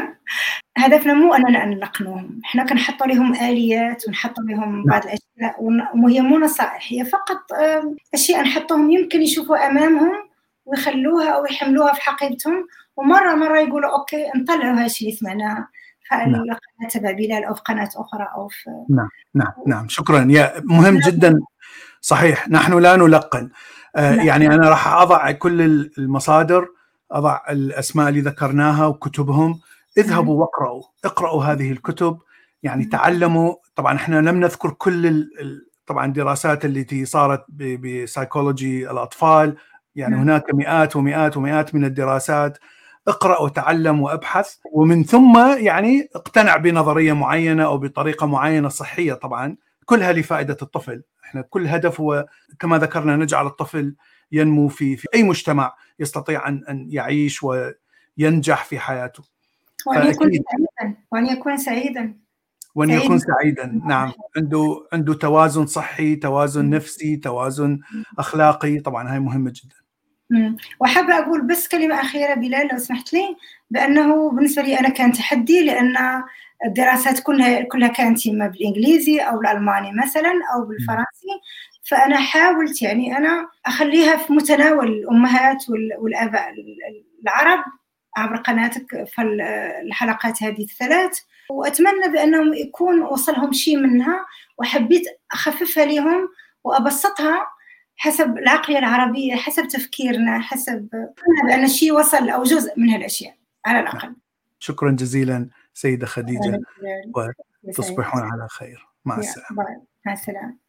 Speaker 2: هدفنا مو أننا نلقنوهم، إحنا كنحط لهم آليات ونحط لهم بعض الأشياء، وهي مو نصائح، هي فقط أشياء نحطهم يمكن يشوفوا أمامهم ويخلوها أو يحملوها في حقيبتهم، ومرة مرة يقولوا أوكي نطلعوا هالشيء اللي سمعناه في القناة تبع بلال أو في قناة أخرى أو في.
Speaker 1: نعم نعم نعم. شكرا، يا مهم جدا. صحيح، نحن لا نلقن. آه يعني أنا راح أضع كل المصادر، أضع الأسماء اللي ذكرناها وكتبهم، اذهبوا واقرأوا، اقرأوا هذه الكتب، يعني تعلموا. طبعا احنا لم نذكر كل ال طبعا الدراسات التي صارت بسايكولوجي الأطفال، يعني هناك مئات ومئات ومئات من الدراسات. اقرأ وتعلم وابحث، ومن ثم يعني اقتنع بنظرية معينة أو بطريقة معينة صحية، طبعا كلها لفائدة الطفل. احنا كل هدف هو كما ذكرنا نجعل الطفل ينمو في في أي مجتمع يستطيع أن أن يعيش وينجح في حياته،
Speaker 2: وأن يكون سعيدا وأن يكون سعيدا
Speaker 1: وأن يكون سعيدا. نعم، عنده عنده توازن صحي، توازن نفسي، توازن أخلاقي، طبعا هاي مهمة جدا.
Speaker 2: وحابة أقول بس كلمة أخيرة بلال لو سمحت لي، بأنه بالنسبة لي أنا كان تحدي، لأن الدراسات كلها كلها كانت إما بالإنجليزي أو بالألماني مثلا أو بالفرنسي، فأنا حاولت يعني أنا أخليها في متناول الأمهات والآباء العرب عبر قناتك في الحلقات هذه الثلاث، وأتمنى بأنهم يكون وصلهم شيء منها، وحبيت أخففها لهم وأبسطها حسب العقلية العربية، حسب تفكيرنا، حسب بأن الشيء وصل أو جزء من هالأشياء على الأقل.
Speaker 1: شكرا جزيلا سيدة خديجة، وتصبحون على خير. مع السلامة.
Speaker 2: مع السلامة.